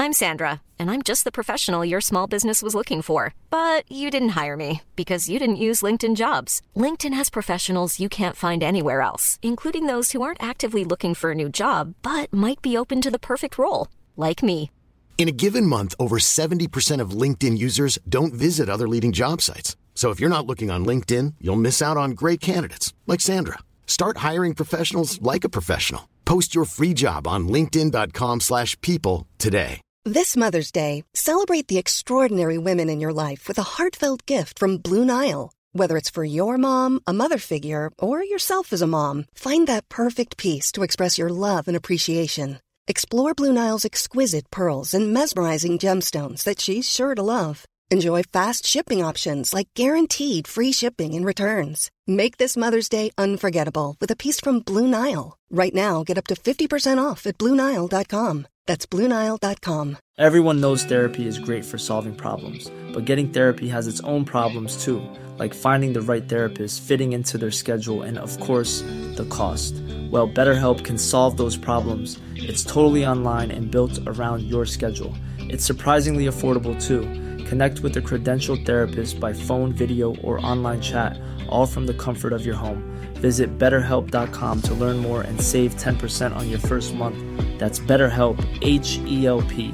I'm Sandra, and I'm just the professional your small business was looking for. But you didn't hire me because you didn't use LinkedIn Jobs. LinkedIn has professionals you can't find anywhere else, including those who aren't actively looking for a new job, but might be open to the perfect role, like me. In a given month, over 70% of LinkedIn users don't visit other leading job sites. So if you're not looking on LinkedIn, you'll miss out on great candidates like Sandra. Start hiring professionals like a professional. Post your free job on linkedin.com/people today. This Mother's Day, celebrate the extraordinary women in your life with a heartfelt gift from Blue Nile. Whether it's for your mom, a mother figure, or yourself as a mom, find that perfect piece to express your love and appreciation. Explore Blue Nile's exquisite pearls and mesmerizing gemstones that she's sure to love. Enjoy fast shipping options like guaranteed free shipping and returns. Make this Mother's Day unforgettable with a piece from Blue Nile. Right now, get up to 50% off at BlueNile.com. That's BlueNile.com. Everyone knows therapy is great for solving problems, but getting therapy has its own problems too, like finding the right therapist, fitting into their schedule, and of course, the cost. Well, BetterHelp can solve those problems. It's totally online and built around your schedule. It's surprisingly affordable too. Connect with a credentialed therapist by phone, video, or online chat, all from the comfort of your home. Visit BetterHelp.com to learn more and save 10% on your first month. That's BetterHelp, H-E-L-P.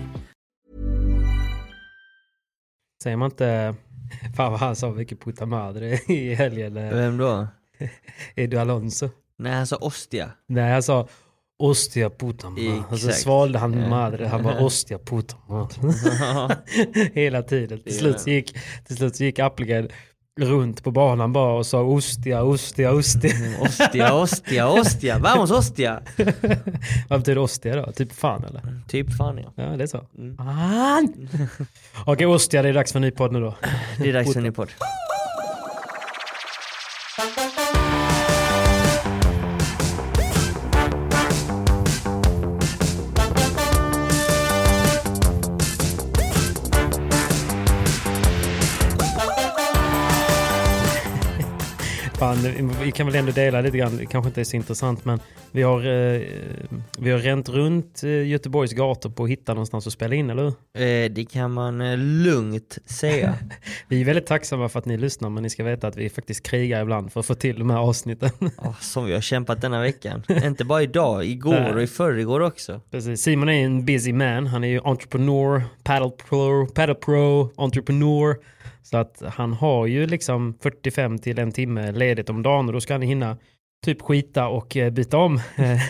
Säger man inte... Fan vad han sa mycket puta madre i helgen. Vem då? Edu Alonso. Nej, han sa ostia. Nej, han sa ostia puta madre. Och så svalde han madre. Han var ostia puta madre. Hela tiden. Till slut så gick Appelgren runt på banan bara och sa ostia. Ostia. Vamos ostia. Vad betyder ostia då? Typ fan eller? Typ fan, ja. Ja, det är så. Okej, ostia, det är dags för en ny podd nu då. Det är dags för en ny podd. Fan, vi kan väl ändå dela lite grann, det kanske inte är så intressant, men vi har ränt runt Göteborgs gator på att hitta någonstans att spela in, eller hur? Det kan man lugnt säga. Vi är väldigt tacksamma för att ni lyssnar, men ni ska veta att vi faktiskt krigar ibland för att få till de här avsnitten. Som vi har kämpat denna veckan. Inte bara idag, igår och i förrgår också. Precis. Simon är en busy man, han är ju entreprenör, paddle pro, entreprenör. Så att han har ju liksom 45 till en timme ledigt om dagen och då ska han hinna typ skita och byta om.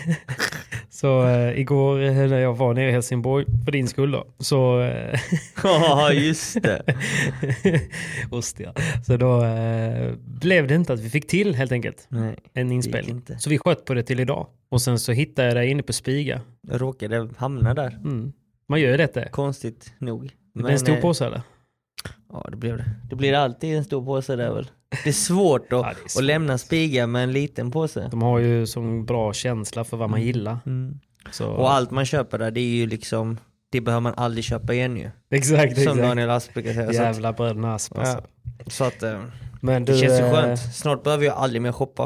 Så igår när jag var nere i Helsingborg för din skull då, så... Ja, just det. Ostia. Så då blev det inte att vi fick till helt enkelt. Nej, en inspelning. Så vi sköt på det till idag. Och sen så hittade jag det inne på Spiga. Jag råkade hamna där. Man gör det. Konstigt nog. Det blev en stor påse eller? Ja, det blev det. Det blir alltid en stor påse där väl. Det är svårt att lämna Spiga med en liten påse. De har ju sån bra känsla för vad man gillar. Så. Och allt man köper där, det är ju liksom, det behöver man aldrig köpa igen ju. Exakt. Som Daniel Asp brukar säga. Jävla bröderna Asp alltså. Så att men det känns ju skönt. Snart behöver jag aldrig mer shoppa.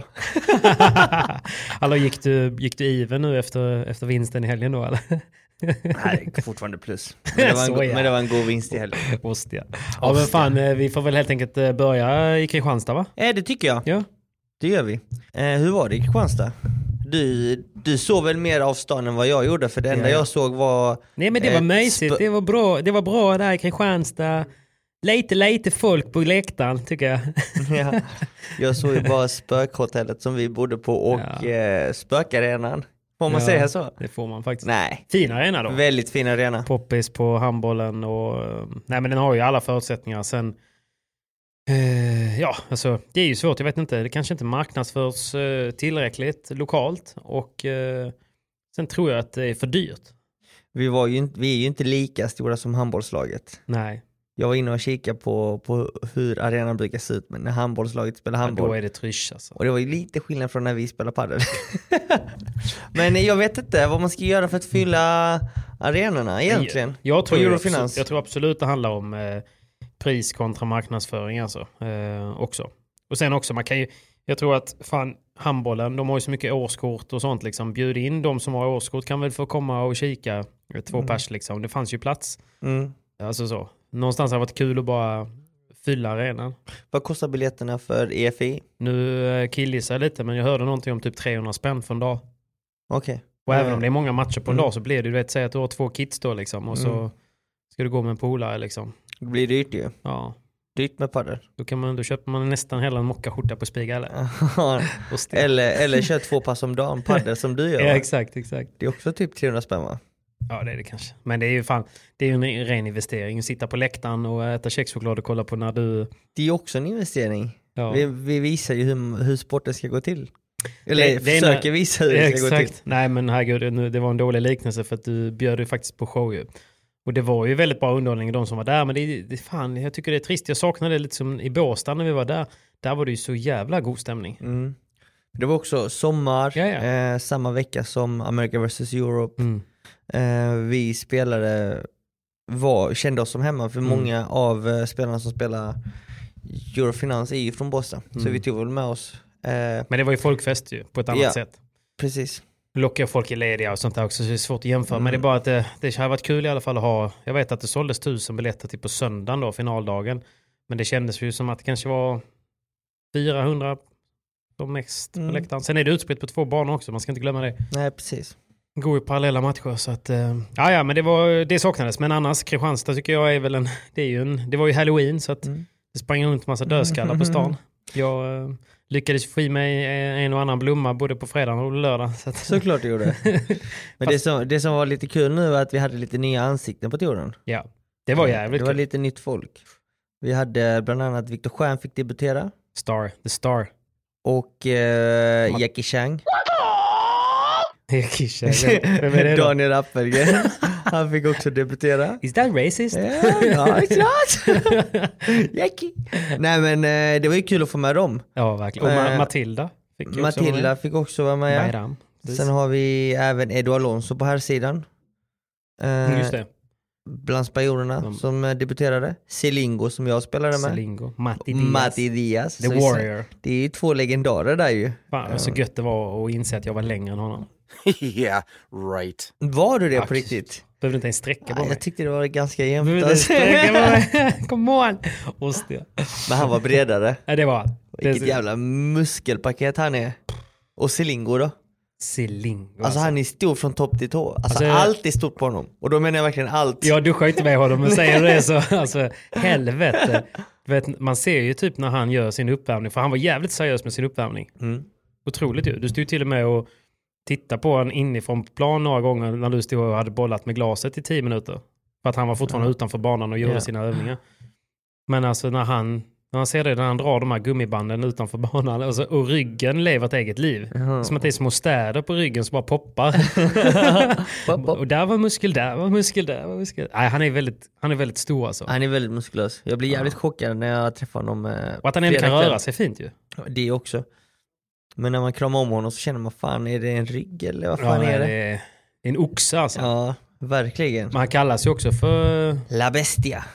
Alltså gick du even nu efter vinsten i helgen då eller? Nej, fortfarande plus. Men det var en god vinst i helgen. Ostia. Ja, men fan, vi får väl helt enkelt börja i Kristianstad, va? Det tycker jag. Ja. Det gör vi. Hur var det i Kristianstad? Du såg väl mer av stan än vad jag gjorde, för det enda jag såg var... Nej, men det var mysigt. Det var bra där i Kristianstad. Lite folk på läktaren, tycker jag. Ja. Jag såg ju bara spökhotellet som vi bodde på och spökarenan. Får man säga så? Det får man faktiskt. Nej. Fin arena då. Väldigt fin arena. Poppis på handbollen och... Nej, men den har ju alla förutsättningar. Sen... alltså det är ju svårt, jag vet inte. Det kanske inte marknadsförs tillräckligt lokalt. Och sen tror jag att det är för dyrt. Vi är ju inte lika stora som handbollslaget. Nej. Jag var inne och kikade på hur arenan brukar se ut, men när handbollslaget spelar handboll. Då är det trysch alltså. Och det var ju lite skillnad från när vi spelar padel. Men jag vet inte vad man ska göra för att fylla arenorna egentligen. Jag tror absolut det handlar om pris kontra marknadsföring alltså, också. Och sen också, man kan ju, jag tror att fan, handbollen, de har ju så mycket årskort och sånt liksom. Bjud in de som har årskort kan väl få komma och kika 2 pers liksom. Det fanns ju plats. Alltså så. Någonstans har det varit kul att bara fylla arenan. Vad kostar biljetterna för EFI? Nu killgissar jag lite, men jag hörde någonting om typ 300 spänn för en dag. Okej. Och även om det är många matcher på en dag så blir det, du vet, säg att du har 2 kids då liksom. Och så ska du gå med en polare liksom. Det blir dyrt ju. Ja. Dyrt med padel. Då köper man nästan hela en mockaskjorta på Spiga eller kör 2 pass om dagen padel som du gör. Ja, exakt. Det är också typ 300 spänn, va? Ja, det är det kanske. Men det är ju en ren investering. Sitta på läktaren och äta kexchoklad och kolla på när du... Det är också en investering. Ja. Vi visar ju hur sporten ska gå till. Eller försöker visa hur det ska gå till. Nej, men herregud, det var en dålig liknelse för att du bjöd ju faktiskt på show ju. Och det var ju väldigt bra underhållning de som var där, men det fan, jag tycker det är trist. Jag saknade det lite som i Båstad när vi var där. Där var det ju så jävla god stämning. Det var också sommar, samma vecka som America vs Europe. Vi spelare kände oss som hemma, för många av spelarna som spelar Eurofinans är ju från Båstad. Så vi tog väl med oss. Men det var ju folkfest ju, på ett annat sätt. Precis. Lockar folk i lediga och sånt där också, så det är svårt att jämföra. Men det är bara att det har varit kul i alla fall att ha. Jag vet att det såldes 1000 biljetter till på söndagen då, finaldagen. Men det kändes ju som att det kanske var 400 som mest på läktaren. Sen är det utspritt på 2 banor också, man ska inte glömma det. Nej, precis. Går i parallella matcher, så att men det saknades. Men annars, Kristianstad tycker jag är väl det var ju Halloween, så att det sprang runt en massa dödskallar på stan. Jag lyckades få i mig en och annan blomma både på fredag och lördag. Såklart du gjorde. Men det som var lite kul nu var att vi hade lite nya ansikten på touren. Ja, det var jävligt kul. Det var lite nytt folk. Vi hade bland annat Viktor Stjern fick debutera. The Star. Och Jackie Chang. Jackie Chang. Vem är det då? Daniel Appelgren. Han fick också debutera. Is that racist? Ja, klart. Jackie. Nej, men det var ju kul att få med dem. Ja, verkligen. Och Matilda fick också vara med. Bayram. Sen har vi även Edu Alonso på här sidan. Just det. Bland spanjorerna som debuterade. Selingo som jag spelade med. Selingo. Matti Diaz. The Warrior. Det är ju 2 legendarer där ju. Fan, så gött det var att inse att jag var längre än honom. Yeah, right. Var du det på riktigt? Behövde inte en sträcka på mig. Jag tyckte det var ganska jämnt. Come on. Ostiga. Men han var bredare. Ja, det var. Vilket jävla muskelpaket han är. Och Selingo då? Selingo. Alltså han är stor från topp till tå. Alltså allt är stort på honom. Och då menar jag verkligen allt. Ja, du skjuter med honom, men säger du det så, alltså helvete. Du vet, man ser ju typ när han gör sin uppvärmning, för han var jävligt seriös med sin uppvärmning. Otroligt ju. Du stod ju till och med och titta på han inifrån plan några gånger när du stod och hade bollat med glaset i 10 minuter. För att han var fortfarande utanför banan och gjorde sina övningar. Men alltså när han ser det, när han drar de här gummibanden utanför banan och ryggen lever ett eget liv. Som att det är små städer på ryggen som bara poppar. Och där var muskel. Nej, han är väldigt stor alltså. Han är väldigt muskulös. Jag blir jävligt chockad när jag träffar honom. Och att han inte kan röra sig fint ju. Det också. Men när man kramar om honom så känner man, fan, är det en rygg eller vad fan är det? Det är en oxe alltså. Ja, verkligen. Men han kallas ju också för La Bestia.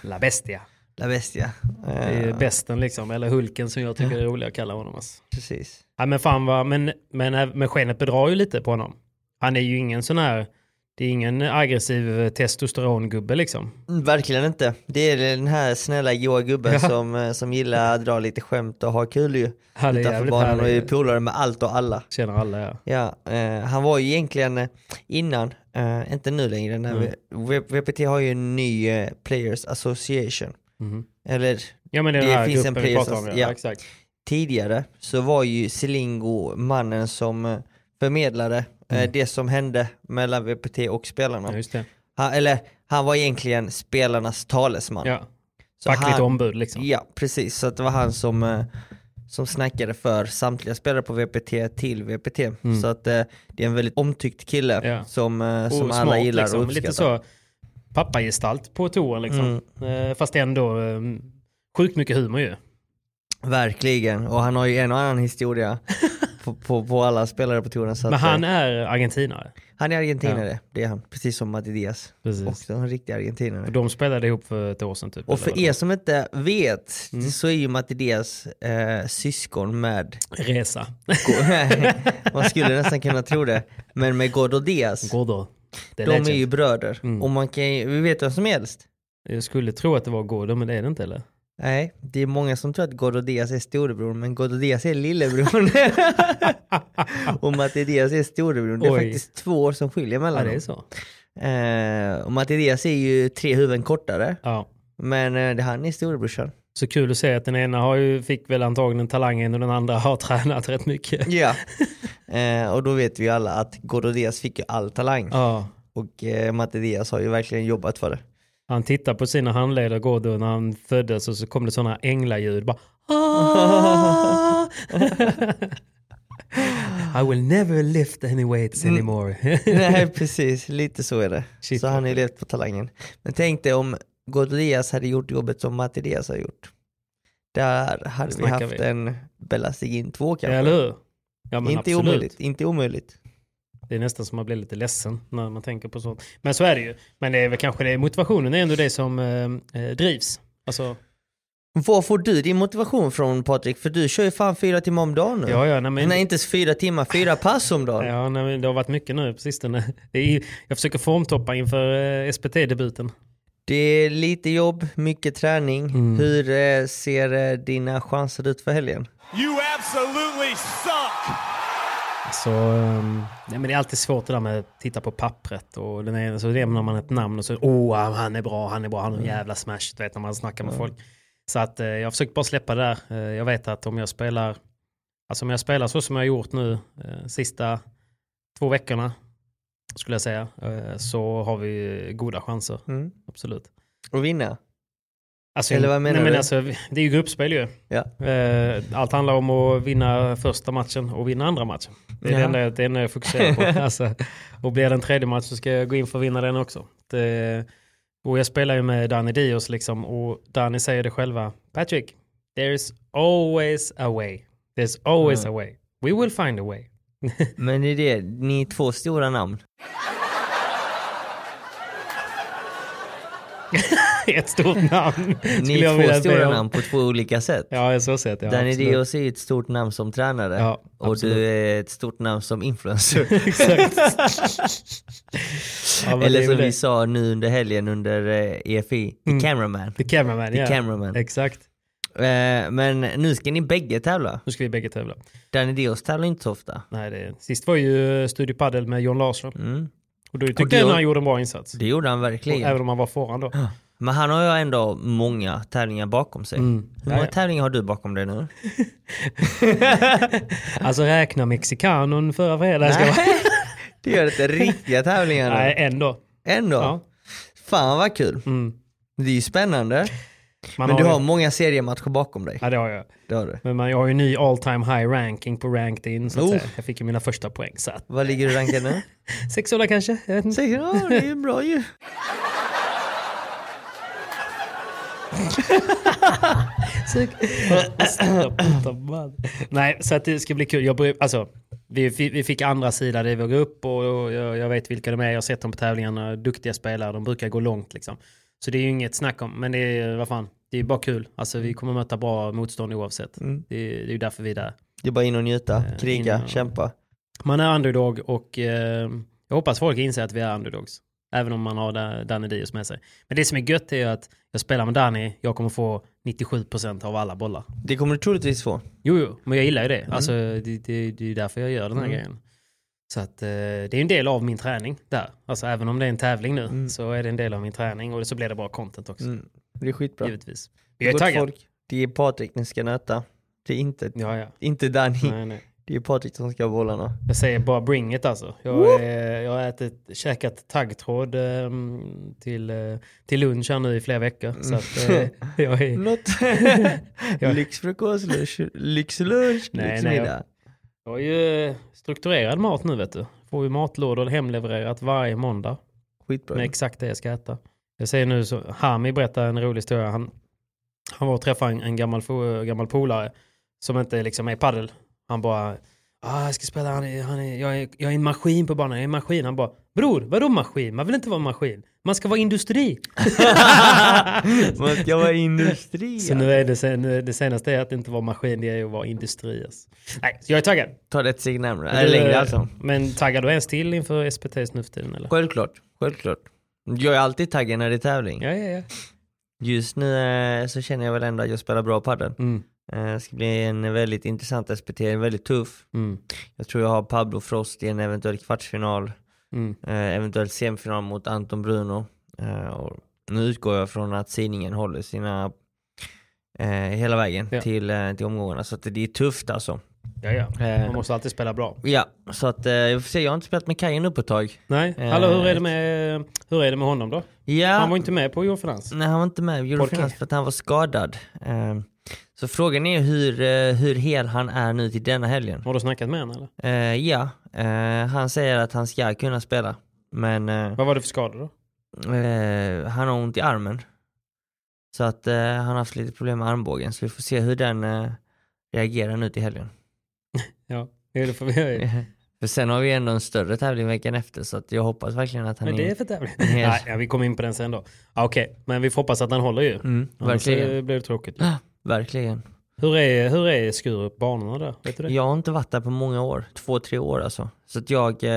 Det är besten liksom, eller Hulken som jag tycker är rolig att kalla honom alltså. Precis. Ja, men fan men skenet bedrar ju lite på honom. Han är ju ingen sån här, det är ingen aggressiv testosterongubbe liksom. Verkligen inte. Det är den här snälla goa gubben som gillar att dra lite skämt och ha kul ju. Utanför banan och är polare med allt och alla. Känner alla, ja. Han var ju egentligen innan, inte nu längre, när VPT har ju en ny Players Association. Eller men det finns en Players Association. Ja, exakt. Tidigare så var ju Selingo mannen som förmedlade det som hände mellan VPT och spelarna. Ja, just det. Han var egentligen spelarnas talesman. Ja. Fackligt ombud liksom. Ja, precis. Så att det var han som snackade för samtliga spelare på VPT till VPT. Så att det är en väldigt omtyckt kille som alla smart, gillar liksom, och uppskattar. Lite så pappagestalt på touren liksom. Fast ändå sjukt mycket humor ju. Verkligen. Och han har ju en och annan historia på alla spelare på touren. Så men han är argentinare? Han är argentinare, det är han. Precis som Mati Diaz. Precis. Också en riktig argentinare. Och de spelade ihop för ett år sedan typ. Och för er som inte vet, så är ju Mati Diaz syskon med Reza. Man skulle nästan kunna tro det. Men med Gordo Diaz. Gordo. De är ju bröder. Och man kan ju, vi vet vad som helst. Jag skulle tro att det var Gordo, men det är det inte, eller? Nej, det är många som tror att Gordo Diaz är storebror, men Gordo Diaz är lillebror. Och Mati Diaz är storebror. Det är faktiskt 2 år som skiljer mellan dem. Ja, det är så. Och Mati Diaz är ju 3 huvuden kortare. Ja. Men han är storebrorsan. Så kul att se att den ena fick väl antagligen talangen och den andra har tränat rätt mycket. Ja, och då vet vi alla att Gordo Diaz fick ju all talang. Ja. Och Mati Diaz har ju verkligen jobbat för det. Han tittar på sina handledare Gordo när han föddes och så kom det sådana änglaljud. Bara, I will never lift any weights anymore. Nej, precis. Lite så är det. Shit. Så han är levt på talangen. Men tänk dig om Gordo Diaz hade gjort jobbet som Mati Diaz har gjort. Där hade vi haft en Bella Stigin 2 kanske. Eller hur? Ja, men inte absolut. omöjligt. Inte omöjligt. Det är nästan som man blir lite ledsen när man tänker på sånt. Men så är det ju. Men det är väl kanske det. Motivationen är ändå det som drivs. Alltså... Var får du din motivation från, Patrik? För du kör ju fan 4 timmar om dagen nu. Ja, nej, men... Nej, inte 4 timmar, 4 pass om dagen. Ja, nej, det har varit mycket nu på sistone. Jag försöker formtoppa inför SPT-debuten. Det är lite jobb, mycket träning. Hur ser dina chanser ut för helgen? You absolutely suck! Så men det är alltid svårt det där med att titta på pappret och så nämner man ett namn och så han är bra, han har en jävla smash, du vet, när man snackar med folk. Så att jag försöker bara släppa det där. Jag vet att om jag spelar så som jag har gjort nu sista 2 veckorna skulle jag säga, så har vi goda chanser. Absolut. Och vinna? Alltså, eller vad menar du? Men alltså, det är ju gruppspel ju. Ja. Allt handlar om att vinna första matchen och vinna andra matchen. Det är det enda jag fokuserar på. Alltså, och blir det en 3:e match så ska jag gå in för att vinna den också. Och jag spelar ju med Danny Diaz liksom, och Danny säger det själva. Patrick, there's always a way. There's always a way. We will find a way. Men är det ni är 2 stora namn? Ett stort namn. Ni är 2 stora namn på 2 olika sätt. Ja, så sett. Ja, Danny Diaz är ett stort namn som tränare. Ja, och du är ett stort namn som influencer. Exakt. Ja, eller som vi sa nu under helgen under EFI. The Cameraman. The Cameraman, The Cameraman. Exakt. Men nu ska ni bägge tävla. Nu ska vi bägge tävla. Danny Diaz tävlar inte så ofta. Nej, sist var ju Studio Padel med John Larsson. Och då tyckte jag att han gjorde en bra insats. Det gjorde han verkligen. Även om han var föran då. Men han har ju ändå många tävlingar bakom sig. Hur många tävlingar har du bakom dig nu? Alltså räkna Mexikanon förra fredagen. Det gör inte riktiga tävlingar. Nej, ändå. Ja. Fan vad kul. Det är ju spännande. Men du har många seriematcher bakom dig. Ja, det har jag. Det har du. Men jag har ju ny all-time high ranking på Ranked In. Så att säga. Jag fick ju mina första poäng. Så att... Vad ligger du rankad nu? 600 kanske? Jag vet inte. Ja, det är ju bra ju. Nej, så att det ska bli kul. Vi fick andra sidan i vår grupp och jag vet vilka de är. Jag har sett dem på tävlingarna. Duktiga spelare, de brukar gå långt liksom. Så det är ju inget snack om. Men det är bara kul. Alltså vi kommer möta bra motstånd oavsett. Det är ju därför vi är där. Det är bara in och njuta, kriga, kämpa. Man är underdog och jag hoppas folk inser att vi är underdogs. Även om man har Danny Diaz med sig. Men det som är gött är att jag spelar med Danny. Jag kommer få 97% av alla bollar. Det kommer du troligtvis få. Jo, men jag gillar ju det. Alltså, det är därför jag gör den här grejen. Så att det är en del av min träning där. Alltså även om det är en tävling nu så är det en del av min träning. Och så blir det bra content också. Det är skitbra. Givetvis. Jag är taggad. Folk, det är Patrik ni ska nöta. Det är inte Danny. Nej. Det är Patrik som ska ha bollarna. Jag säger bara bring it alltså. Jag har käkat taggtråd till lunch här nu i flera veckor. Så att jag är... Lyxfrukost, lyxlunch, lyxmiddag. Jag har ju strukturerad mat nu vet du. Får ju matlådor hemlevererat varje måndag. Skitbra. Med exakt det jag ska äta. Jag säger nu så, Hami berättar en rolig historia. Han var och träffade en gammal polare som inte liksom är paddel. Han bara, jag ska spela, jag är en maskin på banan, jag är en maskin. Han bara, bror, vadå maskin? Man vill inte vara en maskin. Man ska vara industri. Man ska vara industri. Så nu är det senaste är att inte vara maskin, det är att vara industri. Alltså. Nej, så jag är taggad. Ta det ett steg närmare. Är det längre alltså? Men taggar du ens till inför SPTs nu för tiden, eller? Självklart. Jag är alltid taggad när det är tävling. Ja. Just nu så känner jag väl ändå att jag spelar bra padel. Det ska bli en väldigt intressant SPT, väldigt tuff. Jag tror jag har Pablo Frost i en eventuell kvartsfinal. Eventuellt semifinal mot Anton Bruno. Och nu utgår jag från att sidningen håller sina hela vägen till omgångarna. Så att det är tufft alltså. Ja. Man måste alltid spela bra. Ja, så att jag får se, jag har inte spelat med Kajen upp ett tag. Nej, hallå, hur är det med honom då? Ja. Han var inte med på Eurofinans. Nej, han var inte med på Eurofinans för att han var skadad. Så frågan är hur hel han är nu till denna helgen. Har du snackat med honom eller? Ja, han säger att han ska kunna spela. Men vad var det för skador då? Han har ont i armen. Så att han har haft lite problem med armbågen. Så vi får se hur den reagerar nu till helgen. Ja, det får vi göra. För sen har vi ändå en större tävling veckan efter. Så att jag hoppas verkligen att han men det är för tävling. Nej, vi kommer in på den sen då. Okej, men vi får hoppas att han håller ju. Verkligen. Det blir tråkigt. Verkligen. Hur är Skurup banorna där? Vet du det? Jag har inte varit där på många år. 2-3 år alltså. Så att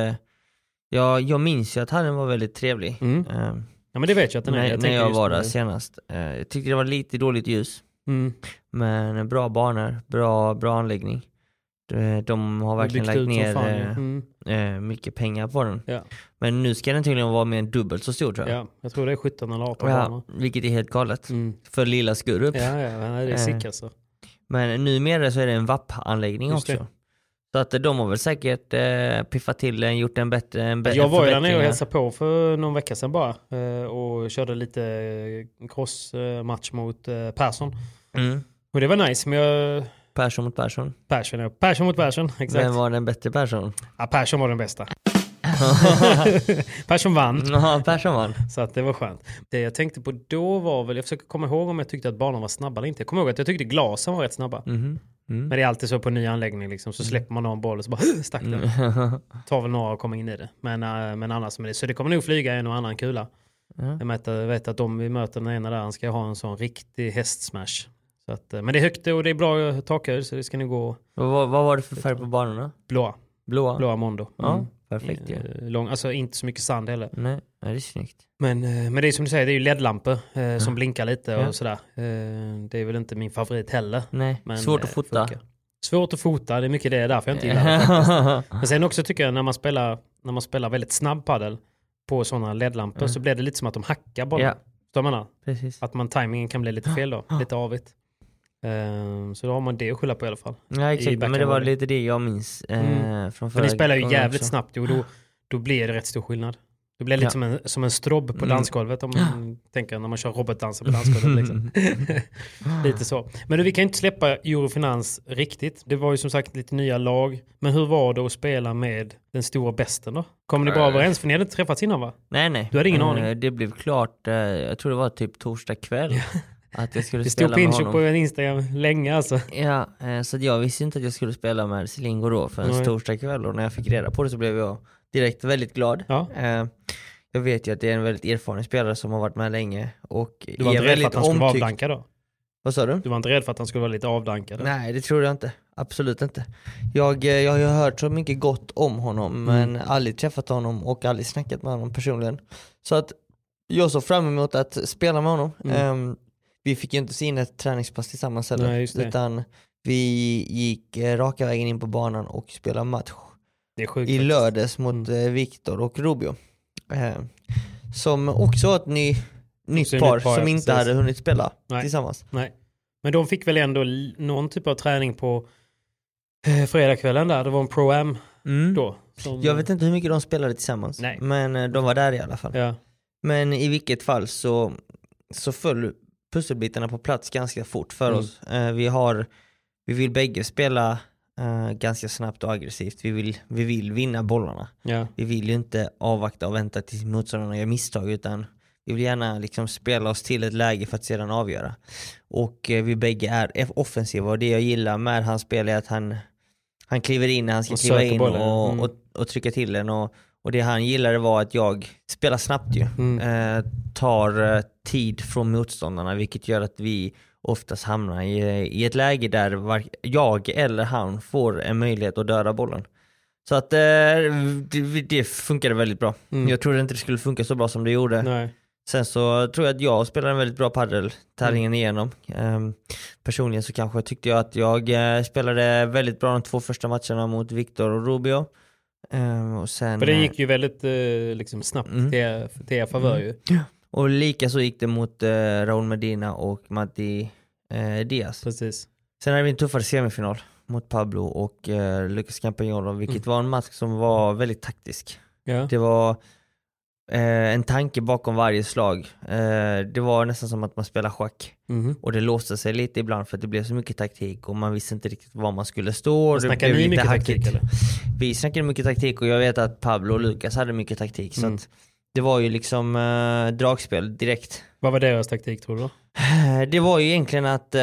jag minns ju att hallen var väldigt trevlig. Ja, men det vet jag att den är. När jag var där senast. Jag tyckte det var lite dåligt ljus. Men bra banor, bra anläggning. De har verkligen lagt ner mycket pengar på den. Ja. Men nu ska den tydligen vara mer än dubbelt så stor tror jag. Ja, jag tror det är 17 eller 18 banor. Vilket är helt galet. För lilla Skurup. Ja, det är sick alltså. Men numera så är det en VAP-anläggning också. Det. Så att de har väl säkert piffat till den, gjort en bättre jag var ju där nere och hälsade på för någon vecka sedan bara. Och körde lite crossmatch mot Persson. Och det var nice, men Persson mot Persson. Persson mot Persson, exakt. Vem var den bättre Persson? Ja, Persson var den bästa. Persson vann. Ja, Persson vann. Så att det var skönt. Det jag tänkte på då var väl, jag försöker komma ihåg om jag tyckte att banan var snabba eller inte. Jag kommer ihåg att jag tyckte glasen var rätt snabba. Men det är alltid så på en ny anläggning liksom, så släpper man någon boll och så bara stack den. Tar väl några och kommer in i det. Men annars med det. Så det kommer nog flyga en och annan kula. Jag vet att vi möter den ena där, han ska ha en sån riktig hästsmash. Så att, men det är högt och det är bra takhöjd så det ska nog gå. Vad var det för färg på banorna? Blåa Mondo. Ja, perfekt. Ja. Lång, alltså inte så mycket sand heller. Nej, det är snyggt. Men det är som du säger, det är ju LED-lampor som blinkar lite och sådär. Det är väl inte min favorit heller. Nej, men, svårt att fota. Svårt att fota, det är mycket det därför jag inte gillar det. Men sen också tycker jag när man spelar väldigt snabb paddel på sådana LED-lampor så blir det lite som att de hackar bollen. Så jag menar, att timingen kan bli lite fel då, lite avigt. Så då har man det att skylla på i alla fall. Ja, exakt, men det var lite det jag minns från för ni spelar ju jävligt också snabbt och då blir det rätt stor skillnad. Det blir lite som en strobb på dansgolvet om man tänker när man kör robotdanser på dansgolvet liksom. Lite så. Men vi kan inte släppa Eurofinans riktigt. Det var ju som sagt lite nya lag. Men hur var det att spela med den stora bästen då? Kommer ni bra överens? För ni hade inte träffats innan va? Nej. Du hade ingen aning? Det blev klart, jag tror det var typ torsdag kväll. Att jag skulle det spela med honom. Det stod på en Instagram länge alltså. Ja, så jag visste inte att jag skulle spela med Selingo då för en torsdag kväll. Och när jag fick reda på det så blev jag direkt väldigt glad. Ja. Jag vet ju att det är en väldigt erfaren spelare som har varit med länge. Och du var inte rädd för att han skulle vara avdankad då? Vad sa du? Du var inte rädd för att han skulle vara lite avdankad? Nej, det tror jag inte. Absolut inte. Jag har hört så mycket gott om honom men aldrig träffat honom och aldrig snackat med honom personligen. Så att jag såg fram emot att spela med honom. Vi fick ju inte se in ett träningspass tillsammans heller, utan vi gick raka vägen in på banan och spelade match. Det är sjukt, i lördags mot Viktor och Rubio. Som också var ett nytt par som inte hade hunnit spela tillsammans. Nej. Men de fick väl ändå någon typ av träning på fredagskvällen där. Det var en Pro-Am då. Jag vet inte hur mycket de spelade tillsammans. Nej. Men de var där i alla fall. Ja. Men i vilket fall så föll pusselbitarna på plats ganska fort för oss. Vi vill bägge spela ganska snabbt och aggressivt. Vi vill vinna bollarna. Ja. Vi vill ju inte avvakta och vänta tills motståndarna gör misstag, utan vi vill gärna liksom spela oss till ett läge för att sedan avgöra. Och vi bägge är offensiva, och det jag gillar med hans spel är att Han kliver in när han ska kliva in och trycka till den. Och det han gillade var att jag spelar snabbt ju. Tar tid från motståndarna, vilket gör att vi oftast hamnar i ett läge där jag eller han får en möjlighet att döda bollen. Så att det funkade väldigt bra. Jag trodde inte det skulle funka så bra som det gjorde. Nej. Sen så tror jag att jag spelade en väldigt bra paddel tävlingen igenom. Personligen så kanske tyckte jag att jag spelade väldigt bra de 2 första matcherna mot Victor och Rubio. Och sen, för det gick ju väldigt liksom snabbt till er favör ju. Och lika så gick det mot Raúl Medina och Mati Diaz. Precis. Sen hade vi en tuffare semifinal mot Pablo och Lucas Campagnolo, vilket var en match som var väldigt taktisk. Ja. Det var en tanke bakom varje slag. Det var nästan som att man spelar schack. Och det låste sig lite ibland för att det blev så mycket taktik och man visste inte riktigt var man skulle stå. Snackade ni mycket taktik eller? Vi snackade mycket taktik och jag vet att Pablo och Lucas hade mycket taktik. Så att det var ju liksom dragspel direkt. Vad var deras taktik tror du? Det var ju egentligen att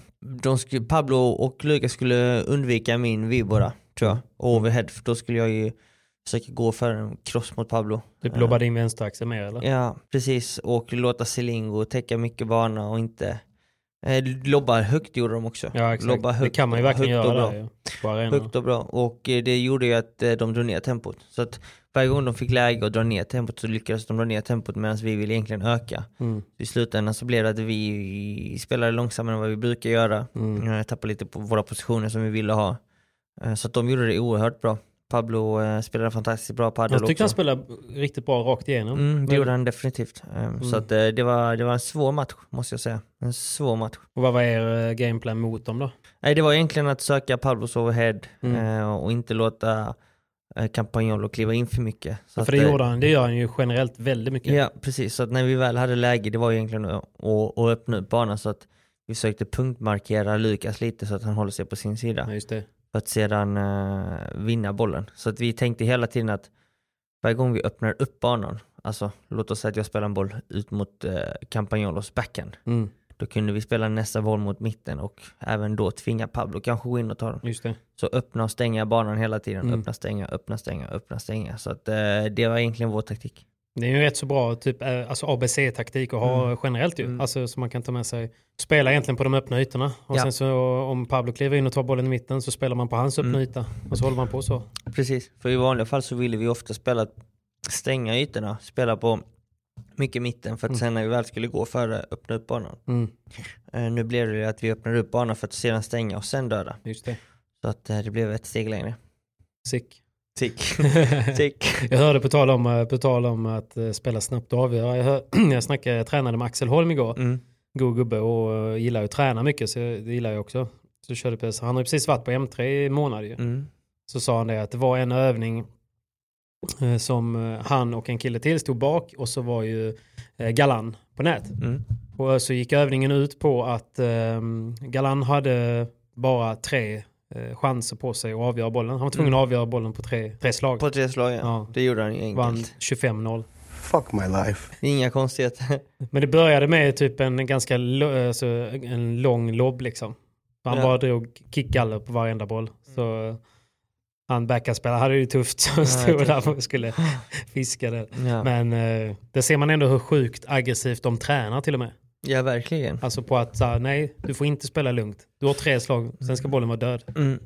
Pablo och Lucas skulle undvika min vibora, tror jag. Overhead, för då skulle jag ju försöka gå för en cross mot Pablo. Typ lobba din vänsteraxel mer eller? Ja, precis. Och låta Selingo täcka mycket bana och inte lobba högt gjorde de också. Ja, exakt. Lobba högt, det kan man ju verkligen göra där, på arenan. Högt och bra. Och det gjorde ju att de drog ner tempot. Så att varje gång de fick läge att dra ner tempot så lyckades de dra ner tempot medan vi ville egentligen öka. I slutändan så blev det att vi spelade långsammare än vad vi brukar göra. Tappade lite på våra positioner som vi ville ha. Så att de gjorde det oerhört bra. Pablo spelade fantastiskt bra padel. Jag tycker han spelade riktigt bra rakt igenom. Det gjorde han definitivt. Så att det var en svår match, måste jag säga. En svår match. Och vad var er gameplan mot dem då? Nej, det var egentligen att söka Pablos overhead och inte låta Campagnolo kliva in för mycket. Så för det gör han ju generellt väldigt mycket. Ja, precis. Så att när vi väl hade läge, det var egentligen att öppna upp banan så att vi försökte punktmarkera Lucas lite så att han håller sig på sin sida. Ja, just det. För att sedan vinna bollen. Så att vi tänkte hela tiden att varje gång vi öppnar upp banan, alltså låt oss säga att jag spelar en boll ut mot Campagnolos backhand. Då kunde vi spela nästa boll mot mitten och även då tvinga Pablo kanske gå in och ta den. Just det. Så öppna och stänga banan hela tiden. Öppna, stänga, öppna, stänga, öppna, stänga. Så att det var egentligen vår taktik. Det är ju rätt så bra typ, alltså ABC-taktik att ha generellt ju. Alltså så man kan ta med sig, spela egentligen på de öppna ytorna. Och sen så om Pablo kliver in och tar bollen i mitten så spelar man på hans öppna yta. Och så håller man på så. Precis, för i vanliga fall så ville vi ofta stänga ytorna. Spela på mycket mitten för att sen när vi väl skulle gå före öppna upp banan. Nu blev det att vi öppnade upp banan för att sedan stänga och sen döda. Just det. Så att det blev ett steg längre. Sick. Jag hörde på tal om att spela snabbt och avgöra. Jag tränade med Axel Holm igår. God gubbe och gillar ju att träna mycket, så det gillar jag också. Så körde PS. Han har ju precis varit på M3 i månader ju. Så sa han det att det var en övning som han och en kille till stod bak och så var ju Galan på nät. Och så gick övningen ut på att Galan hade bara 3 chanser på sig att avgöra bollen. Han var tvungen att avgöra bollen på 3 slag. På 3 slag, ja. Det gjorde han ju enkelt. Vann 25-0. Fuck my life. Inga konstigheter. Men det började med typ en ganska en lång lobb liksom. Han bara drog kickgaller på varenda boll. Så han backhandspelare hade ju tufft så stod där och skulle fiska det. Ja. Men det ser man ändå hur sjukt aggressivt de tränar till och med. Ja, verkligen. Alltså på att nej, du får inte spela lugnt. Du har 3 slag, sen ska bollen vara död.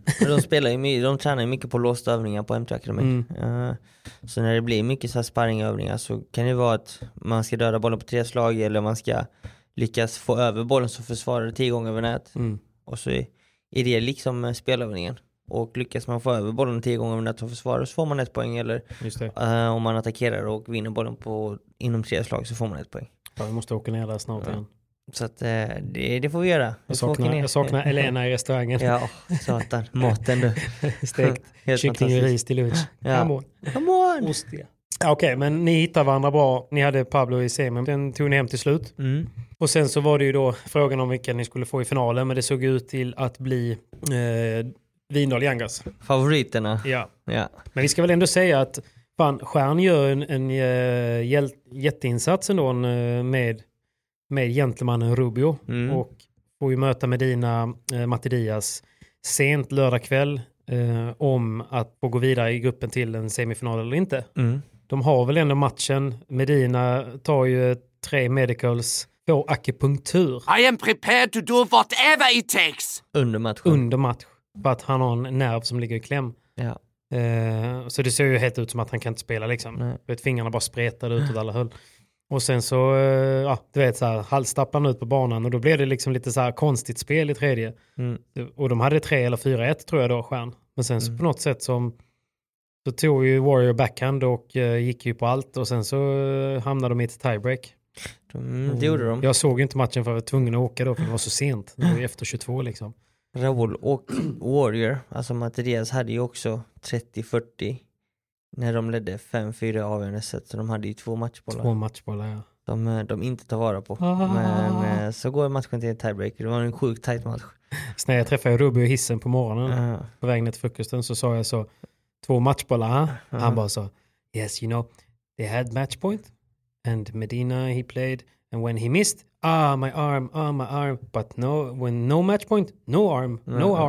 De tränar ju mycket på låsta övningar på M3 Academy. Så när det blir mycket så här sparringövningar så kan det vara att man ska döda bollen på 3 slag eller man ska lyckas få över bollen så försvarar det 10 gånger över nät. Och så är det liksom spelövningen. Och lyckas man få över bollen 10 gånger över nät och försvarar så får man 1 poäng. Eller om man attackerar och vinner bollen inom 3 slag så får man 1 poäng. Ja, vi måste åka ner där snart igen. Så att det får vi göra. Jag saknar Elena i restaurangen. Ja, satan. Maten du. Stekt kyckling och ris till lunch. Come on. Ostia. Okej, men ni hittar varandra bra. Ni hade Pablo i semin. Den tog ni hem till slut. Och sen så var det ju då frågan om vilka ni skulle få i finalen. Men det såg ut till att bli Vindal Yangas. Favoriterna. Ja. Men vi ska väl ändå säga att Stjärn gör en jätteinsats ändå med gentlemannen Rubio och får ju möta Medina Mati Diaz sent lördag kväll om att få gå vidare i gruppen till en semifinal eller inte. De har väl ändå matchen. Medina tar ju 3 medicals, får akupunktur. I am prepared to do whatever it takes. Under match. För att han har en nerv som ligger i kläm. Ja. Så det ser ju helt ut som att han kan inte spela liksom. Vet, fingrarna bara spretade ut åt alla håll. Och sen så, du vet så här, halstappar ut på banan och då blev det liksom lite så här konstigt spel i tredje. Och de hade 3 eller 4-1 tror jag då, Stjärn. Men sen så på något sätt så tog ju Warrior backhand och gick ju på allt och sen så hamnade de i ett tiebreak. Det gjorde de. Jag såg inte matchen för jag var tvungen att åka då för det var så sent. Det var ju efter 22 liksom. Raul och Warrior, alltså Mattias hade ju också 30-40 när de ledde 5-4 avgörande set. Så de hade ju 2 matchbollar. 2 matchbollar, ja. De inte tar vara på. Men så går matchen till en tiebreak. Det var en sjukt tight match. Så när jag träffade Ruby och hissen på morgonen på vägen ner till frukosten så sa jag så 2 matchbollar. Han bara så, yes, you know, they had match point and Medina he played and when he missed, my arm, but no match point, no arm.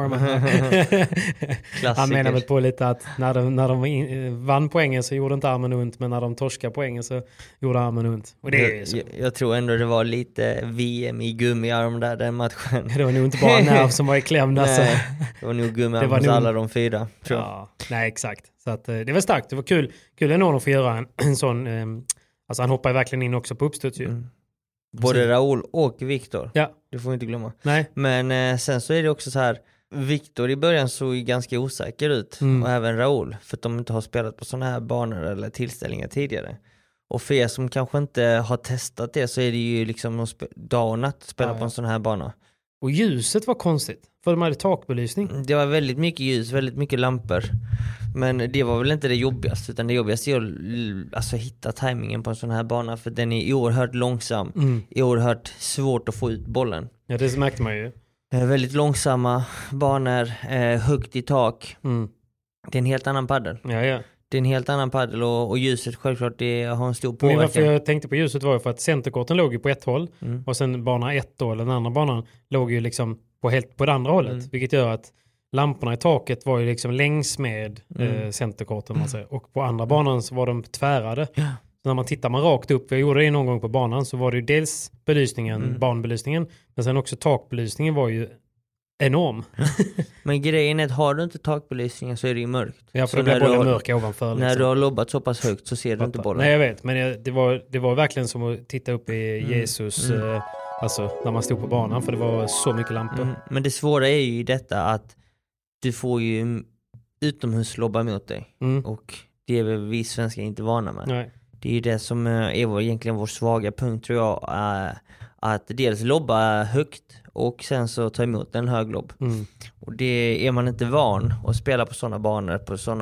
Han menar väl på lite att när de vann poängen så gjorde inte armen ont, men när de torskade poängen så gjorde armen ont. Och det är så. Jag tror ändå det var lite VM i gummiarm där den matchen. Det var nog inte bara nerv som var i kläm. Alltså. Det var nog gummiarm hos alla de 4. Tror jag. Ja, nej exakt. Så att, det var starkt, det var kul ändå att få göra en sån, alltså han hoppar verkligen in också på uppstuds ju. Både Raul och Viktor. Ja. Du får inte glömma. Nej. Men sen så är det också så här. Viktor i början såg ganska osäker ut. Och även Raul. För att de inte har spelat på sådana här banor eller tillställningar tidigare. Och för er som kanske inte har testat det så är det ju liksom dag och natt att spela på en sån här bana. Och ljuset var konstigt. För de hade takbelysning. Det var väldigt mycket ljus, väldigt mycket lampor. Men det var väl inte det jobbigaste. Utan det jobbigaste är att hitta tajmingen på en sån här bana. För den är oerhört långsam. Oerhört svårt att få ut bollen. Ja, det märkte man ju. Väldigt långsamma banor. Högt i tak. Det är en helt annan paddel. Ja. Det är en helt annan paddel och ljuset självklart det har en stor påverkan. Men varför jag tänkte på ljuset var ju för att centerkorten låg ju på ett håll och sen bana 1 då, eller den andra banan låg ju liksom på det andra hållet. Vilket gör att lamporna i taket var ju liksom längs med centerkorten man säger. Och på andra banan så var de tvärade. Så när man tittar rakt upp, jag gjorde det någon gång på banan, så var det ju dels belysningen, banbelysningen, men sen också takbelysningen var ju enorm. Men grejen är att har du inte takbelysningen så är det ju mörkt. Ja, för då blir bollen mörk ovanför. Liksom. När du har lobbat så pass högt så ser du inte bollen. Nej, jag vet. Men det var verkligen som att titta upp i Jesus, alltså när man stod på banan, för det var så mycket lampor. Men det svåra är ju detta att du får ju utomhuslobba mot dig. Och det är väl vi svenskar inte vana med. Nej. Det är ju det som är egentligen vår svaga punkt tror jag. Att dels lobba högt och sen så ta emot en hög lobb. Och det är man inte van att spela på sådana banor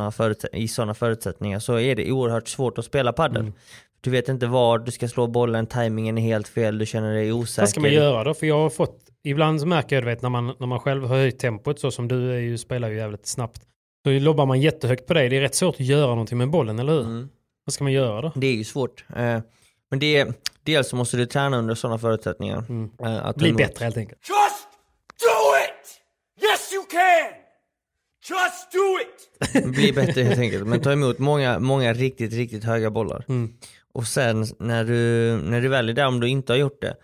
i sådana förutsättningar så är det oerhört svårt att spela paddel. Du vet inte var du ska slå bollen, tajmingen är helt fel, du känner dig osäker. Vad ska man göra då? För jag har fått, ibland så märker jag, du vet, när man själv har höjt tempot så som du spelar ju jävligt snabbt. Så lobbar man jättehögt på dig. Det är rätt svårt att göra någonting med bollen, eller hur? Vad ska man göra då? Det är ju svårt. Men dels så måste du träna under sådana förutsättningar. Att bli bättre helt enkelt. Just do it! Yes you can! Just do it! Bli bättre helt enkelt. Men ta emot många riktigt, riktigt höga bollar. Och sen när du väl är där, om du inte har gjort det,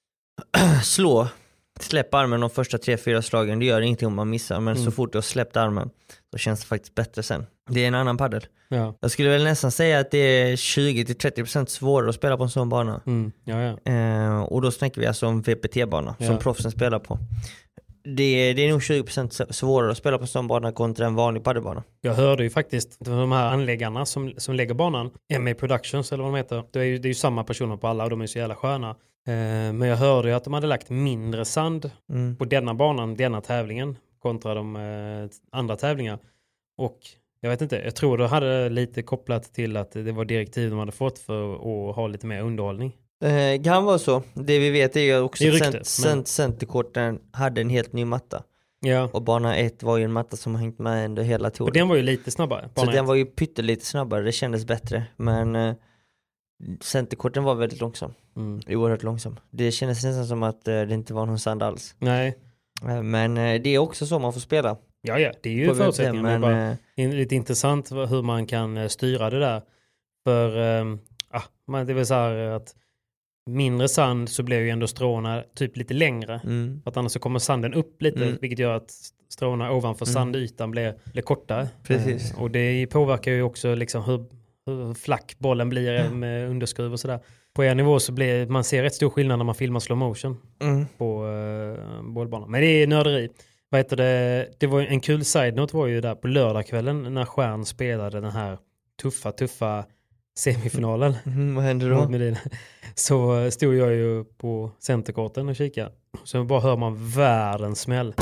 släpp armen de första 3-4 slagen. Det gör ingenting om man missar. Men så fort du har släppt armen så känns det faktiskt bättre sen. Det är en annan paddel. Ja. Jag skulle väl nästan säga att det är 20-30% svårare att spela på en sån bana. Och då snackar vi alltså om VPT-bana som proffsen spelar på. Det är nog 20% svårare att spela på en sån bana kontra en vanlig paddelbana. Jag hörde ju faktiskt de här anläggarna som lägger banan, MA Productions eller vad de heter. Det är ju samma personer på alla och de är så jävla sköna. Men jag hörde ju att de hade lagt mindre sand på denna banan, denna tävlingen kontra de andra tävlingar. Och jag vet inte, jag tror det hade lite kopplat till att det var direktiv de hade fått för att ha lite mer underhållning. Kan vara så. Det vi vet är ju också att centerkorten hade en helt ny matta. Ja. Och bana 1 var ju en matta som har hängt med under hela touren. Och den var ju lite snabbare. Så den var ju pyttelite snabbare, det kändes bättre. Men centerkorten var väldigt långsam. Oerhört långsam. Det kändes nästan som att det inte var någon sand alls. Nej. Men det är också så man får spela. Ja, det är ju förutsättningen. Men lite intressant hur man kan styra det där. För det är väl så här att mindre sand så blir ju ändå stråna typ lite längre. För att annars så kommer sanden upp lite, vilket gör att stråna ovanför sandytan blir kortare. Precis. Och det påverkar ju också liksom hur flack bollen blir med underskruv och sådär. På er nivå så blir man ser rätt stor skillnad när man filmar slow motion på bollbanan. Men det är nörderi. Vad heter det? Det var en kul side-note var ju där på lördagskvällen när Stjärn spelade den här tuffa semifinalen. Vad hände då? Så stod jag ju på centerkorten och kikade. Så bara hör man världens smäll.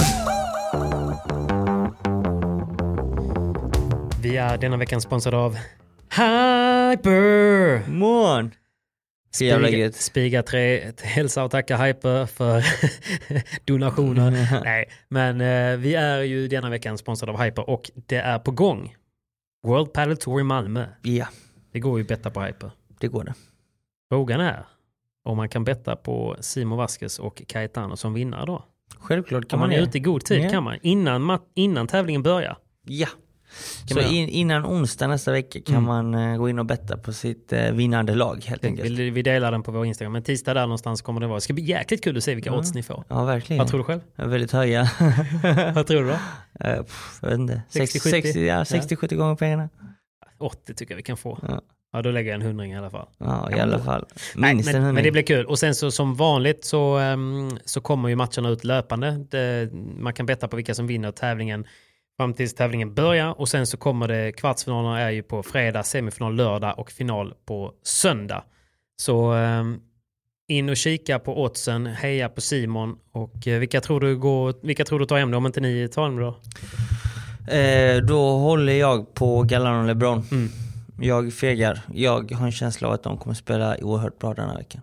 Vi är denna veckan sponsrade av Hyper! Mån! Spiga 3 hälsa och tacka Hyper för donationer. Nej, men vi är ju denna veckan sponsrade av Hyper och det är på gång. World Padel Tour i Malmö. Ja. Det går ju betta på Hyper. Det går det. Frågan är om man kan betta på Simon Vasquez och Cayetano som vinnare då. Självklart kan man man är ute i god tid kan man. Innan tävlingen börjar. Ja. Så innan onsdag nästa vecka kan man gå in och betta på sitt vinnande lag helt enkelt. Vi delar den på vår Instagram. Men tisdag där någonstans kommer det vara. Det ska bli jäkligt kul att se vilka odds ni får. Ja, verkligen. Vad tror du själv? Väldigt höga. Vad tror du då? Jag vet inte. 60-70 gånger pengarna. 80 tycker jag vi kan få. Ja, då lägger jag en 100 i alla fall. Ja, i alla fall. Men det blir kul. Och sen så som vanligt så kommer ju matcherna ut löpande. Man kan betta på vilka som vinner tävlingen fram tills tävlingen börjar. Och sen så kommer det, kvartsfinalerna är ju på fredag, semifinal lördag och final på söndag. Så in och kika på oddsen, heja på Simon. Och vilka tror du tar hem det om inte ni tar hem då? Då håller jag på Galan och LeBron. Jag fegar. Jag har en känsla av att de kommer spela oerhört bra den här veckan.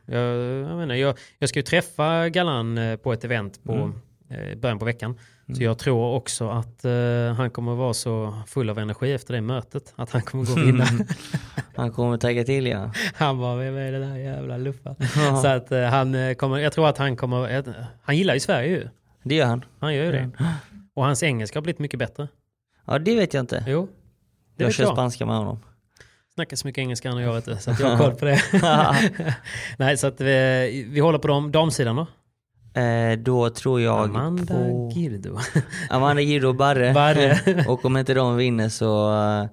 Jag ska ju träffa Galan på ett event på början på veckan. Så jag tror också att han kommer vara så full av energi efter det mötet att han kommer gå och vinna. Han kommer tagga till, ja. Han bara, vad är det där jävla luffa? Så att jag tror att han gillar ju Sverige ju. Det gör han. Han gör ju det. Och hans engelska har blivit mycket bättre. Ja, det vet jag inte. Jo. Jag kör spanska med honom. Snackar så mycket engelska när jag vet det, så att jag har koll på det. Nej, så att vi håller på damsidan då. Då tror jag Amanda Girdo. Amanda Girdo och Barre. Och om inte de vinner så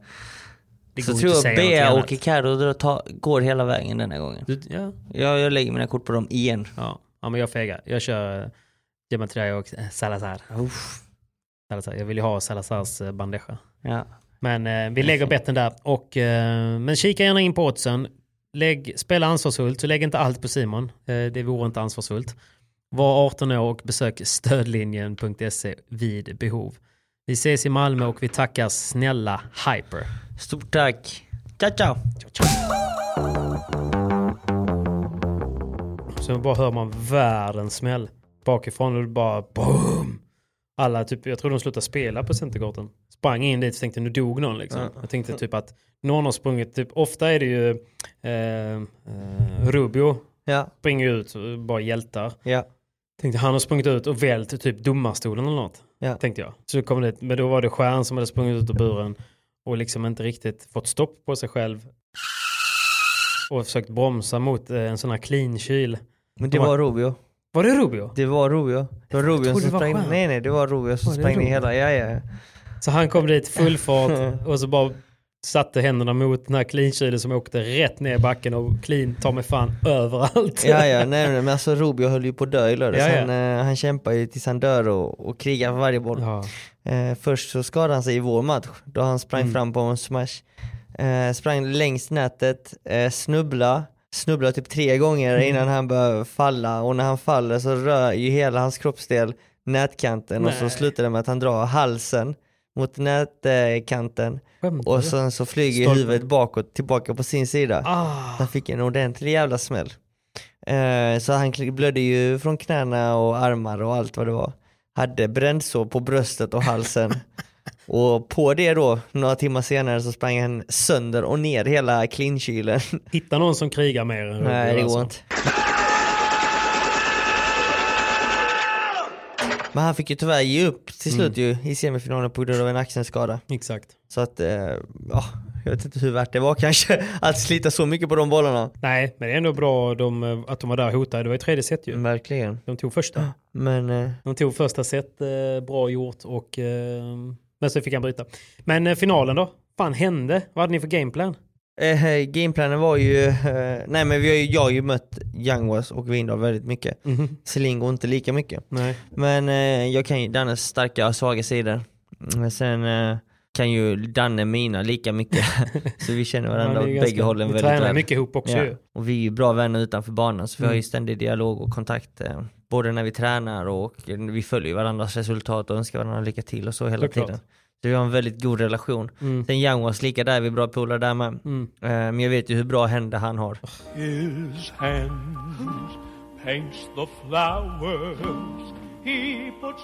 tror jag Bea och Ricardo går hela vägen den här gången. Jag lägger mina kort på dem igen. Ja, men jag fegar. Jag kör Gematria och Salazar. Salazar. Jag vill ju ha Salazars bandeja. Ja. Men vi lägger betten där. Men kika gärna in på oddsen. Spela ansvarsfullt, så lägg inte allt på Simon. Det vore inte ansvarsfullt. Var 18 år och besök stödlinjen.se vid behov. Vi ses i Malmö och vi tackar snälla Hyper. Stort tack. Ciao. Så bara hör man världens smäll bakifrån och det bara boom. Alla jag tror de slutade spela på centerkorten. Sprang in dit och tänkte nu dog någon liksom. Jag tänkte typ att någon har sprungit ofta är det ju Rubio. Ja. Springer ut och bara hjältar. Ja. Tänkte han har sprungit ut och vält typ domarstolen eller något. Ja. Tänkte jag. Så kom det, men då var det Stjärn som hade sprungit ut ur buren och liksom inte riktigt fått stopp på sig själv. Och försökt bromsa mot en sån här clean kyl. Men det var Rubio. Var det Rubio? Det var Rubio. Det var Rubio som sprang. Nej, det var Rubio som sprang ner hela. Ja. Så han kom dit full fart och så bara satte händerna mot den här clean-kylen som åkte rätt ner i backen och clean tar med fan överallt. Ja, nej, men alltså Rubio höll ju på att dö i lördags. Han kämpar ju tills han dör och krigar för varje boll. Ja. Först så skadade han sig i vår match då han sprang fram på en smash. Sprang längs nätet, snubbla typ 3 gånger innan han började falla, och när han faller så rör ju hela hans kroppsdel nätkanten. Och så slutar det med att han drar halsen mot nätkanten och sen så flyger huvudet bakåt tillbaka på sin sida. Han fick en ordentlig jävla smäll. Så han blödde ju från knäna och armar och allt vad det var. Hade brändsår på bröstet och halsen. Och på det då, några timmar senare så sprang han sönder och ner hela clean-kylen. Hitta någon som krigar mer än Rubio. Nej, det går inte. Men han fick ju tyvärr ge upp till slut ju, i semifinalen på grund av en axelskada. Exakt. Så att, jag vet inte hur värt det var kanske att slita så mycket på de bollarna. Nej, men det är ändå bra att de var där hotade. Det var i tredje set ju. Verkligen. De tog första. Men, de tog första set, bra gjort och men så fick han bryta. Men finalen då? Fan hände? Vad hade ni för gameplan? Gameplanen var ju nej men jag har ju mött Youngwas och Vindal väldigt mycket. Selingo inte lika mycket. Nej. Men jag kan ju Dannes starka och svaga sidor. Men sen kan ju Danne mina lika mycket. Så vi känner varandra åt bägge hållen väldigt väl. Vi tränar mycket ihop också ju. Och vi är ju bra vänner utanför banan, så vi har ju ständig dialog och kontakt både när vi tränar och vi följer varandras resultat och önskar varandra lycka till och så hela tiden. Så vi har en väldigt god relation. Sen Youngwas lika där, vi är bra polare där med. Men jag vet ju hur bra händer han har. His hands paints the flowers, he puts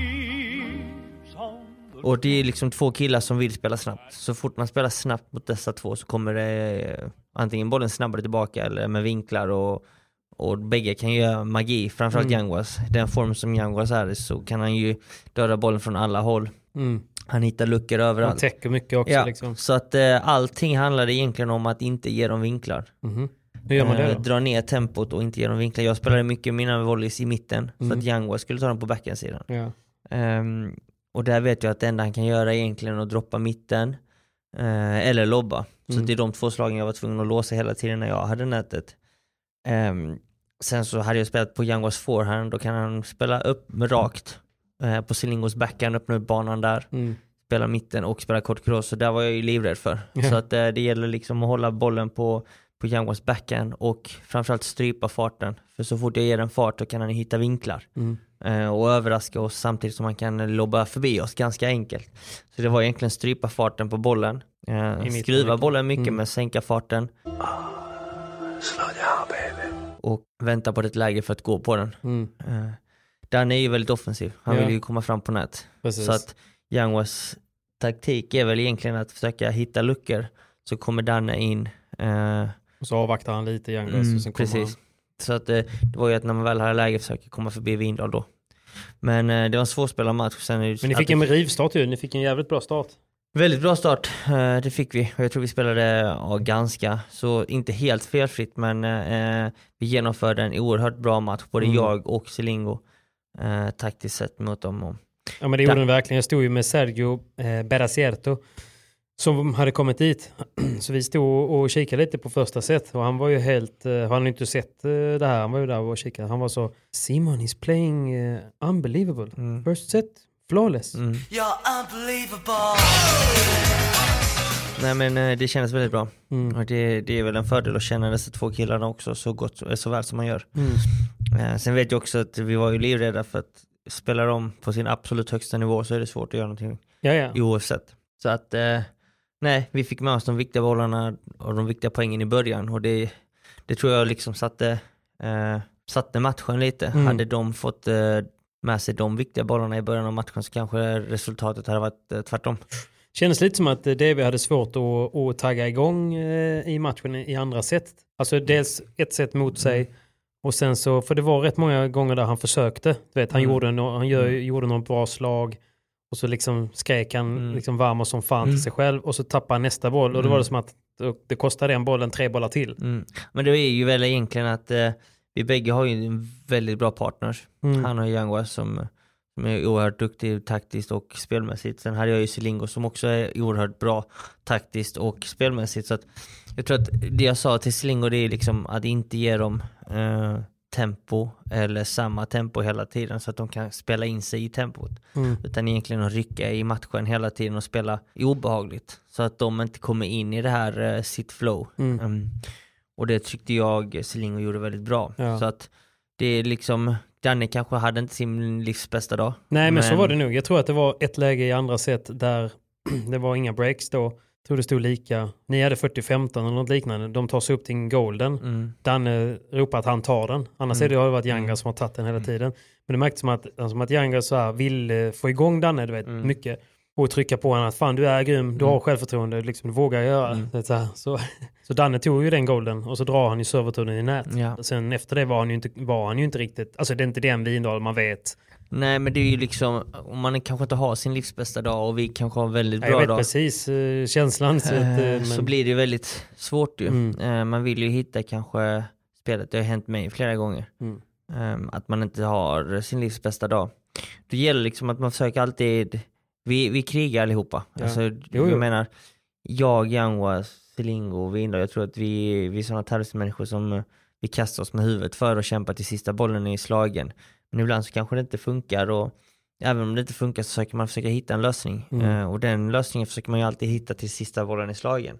leaves on. Och det är liksom två killar som vill spela snabbt. Så fort man spelar snabbt mot dessa två så kommer det antingen bollen snabbare tillbaka eller med vinklar och bägge kan göra magi, framförallt Youngwas. Den form som Youngwas är så kan han ju döda bollen från alla håll. Han hittar luckor överallt. Han täcker mycket också. Ja, liksom. Så att allting handlar egentligen om att inte ge dem vinklar. Hur gör man det då? Dra ner tempot och inte ge dem vinklar. Jag spelade mycket mina volleys i mitten så att Youngwas skulle ta dem på backhandsidan. Ja. Och där vet jag att det enda han kan göra egentligen är att droppa mitten eller lobba. Så det är de två slagen jag var tvungen att låsa hela tiden när jag hade nätet. Sen så hade jag spelat på Youngwas forehand. Då kan han spela upp med rakt på Selingos backhand, öppna upp banan där, spela mitten och spela kort cross. Så där var jag ju livrädd för. Så att det gäller liksom att hålla bollen på Youngwas backhand och framförallt strypa farten. För så fort jag ger en fart så kan han hitta vinklar. Och överraska oss samtidigt som man kan lobba förbi oss ganska enkelt. Så det var egentligen strypa farten på bollen. Skruva bollen mycket men sänka farten. Slow down, baby. Och vänta på ett läge för att gå på den. Den är ju väldigt offensiv. Han vill ju komma fram på nät. Precis. Så att Youngwas taktik är väl egentligen att försöka hitta luckor. Så kommer Danne in. Och så avvaktar han lite Youngwas och sen kommer precis. Så att det var ju att när man väl hade läge försöka komma förbi Vindal då. Men det var en svårspelad match. Men ni fick en rivstart ju. Ni fick en jävligt bra start. Väldigt bra start, det fick vi. Jag tror vi spelade ganska, så inte helt felfritt, men vi genomförde en oerhört bra match. Både jag och Selingo taktiskt sett mot dem. Ja, men det gjorde den verkligen. Jag stod ju med Sergio Beracierto som hade kommit dit. Så vi stod och kikade lite på första set. Och han var ju helt, han hade inte sett det här. Han var ju där och kikade. Han var så, Simon is playing unbelievable. First set, flawless. You're unbelievable. Nej men det kändes väldigt bra. Och det är väl en fördel att känna dessa två killarna också så väl som man gör. Sen vet jag också att vi var ju livrädda för att spela dem på sin absolut högsta nivå så är det svårt att göra någonting oavsett. Så att nej, vi fick med oss de viktiga bollarna och de viktiga poängen i början och det tror jag liksom satte matchen lite. Hade de fått med sig de viktiga bollarna i början av matchen så kanske resultatet hade varit tvärtom. Känns lite som att DV hade svårt att tagga igång i matchen i andra set. Alltså dels ett set mot sig och sen så, för det var rätt många gånger där han försökte. Du vet, han gjorde någon bra slag och så liksom skrek han liksom varm som fan till sig själv och så tappade han nästa boll och då var det som att det kostade den bollen 3 bollar till. Men det är ju väl egentligen att vi bägge har ju en väldigt bra partners. Han och Youngwas som är oerhört duktig taktiskt och spelmässigt. Sen hade jag ju Selingo som också är oerhört bra taktiskt och spelmässigt. Så att jag tror att det jag sa till Selingo det är liksom att inte ge dem tempo eller samma tempo hela tiden så att de kan spela in sig i tempot. Utan egentligen att rycka i matchen hela tiden och spela obehagligt. Så att de inte kommer in i det här sitt flow. Och det tyckte jag Selingo gjorde väldigt bra. Ja. Så att det är liksom, Danne kanske hade inte sin livs bästa dag. Nej, men så var det nog. Jag tror att det var ett läge i andra set där det var inga breaks då. Jag tror det stod lika. Ni hade 40-15 eller något liknande. De tar sig upp till en golden. Danne ropar att han tar den. Annars har det varit Youngwas som har tagit den hela tiden. Men det märktes som att Youngwas så här vill få igång Danne, du vet, mycket. Och trycka på honom att fan, du är grym, du har självförtroende, liksom, du vågar göra det så här. Så Danne tog ju den golden och så drar han ju servertunneln i nät. Ja. Sen efter det var han ju inte riktigt, alltså det är inte den Vindal man vet Nej, men det är ju liksom, om man kanske inte har sin livsbästa dag och vi kanske har väldigt bra dag. Jag vet precis känslan. Så blir det ju väldigt svårt ju. Man vill ju hitta kanske spelet, det har hänt mig flera gånger. Att man inte har sin livsbästa dag. Det gäller liksom att man försöker alltid, vi krigar allihopa. Ja. Alltså, jag menar, Yanguas, Selingo, Vindal, jag tror att vi är sådana terroristmänniskor som vi kastar oss med huvudet för att kämpa till sista bollen i slagen. Men ibland så kanske det inte funkar, och även om det inte funkar så försöker man försöka hitta en lösning. Och den lösningen försöker man ju alltid hitta till sista bollen i slagen.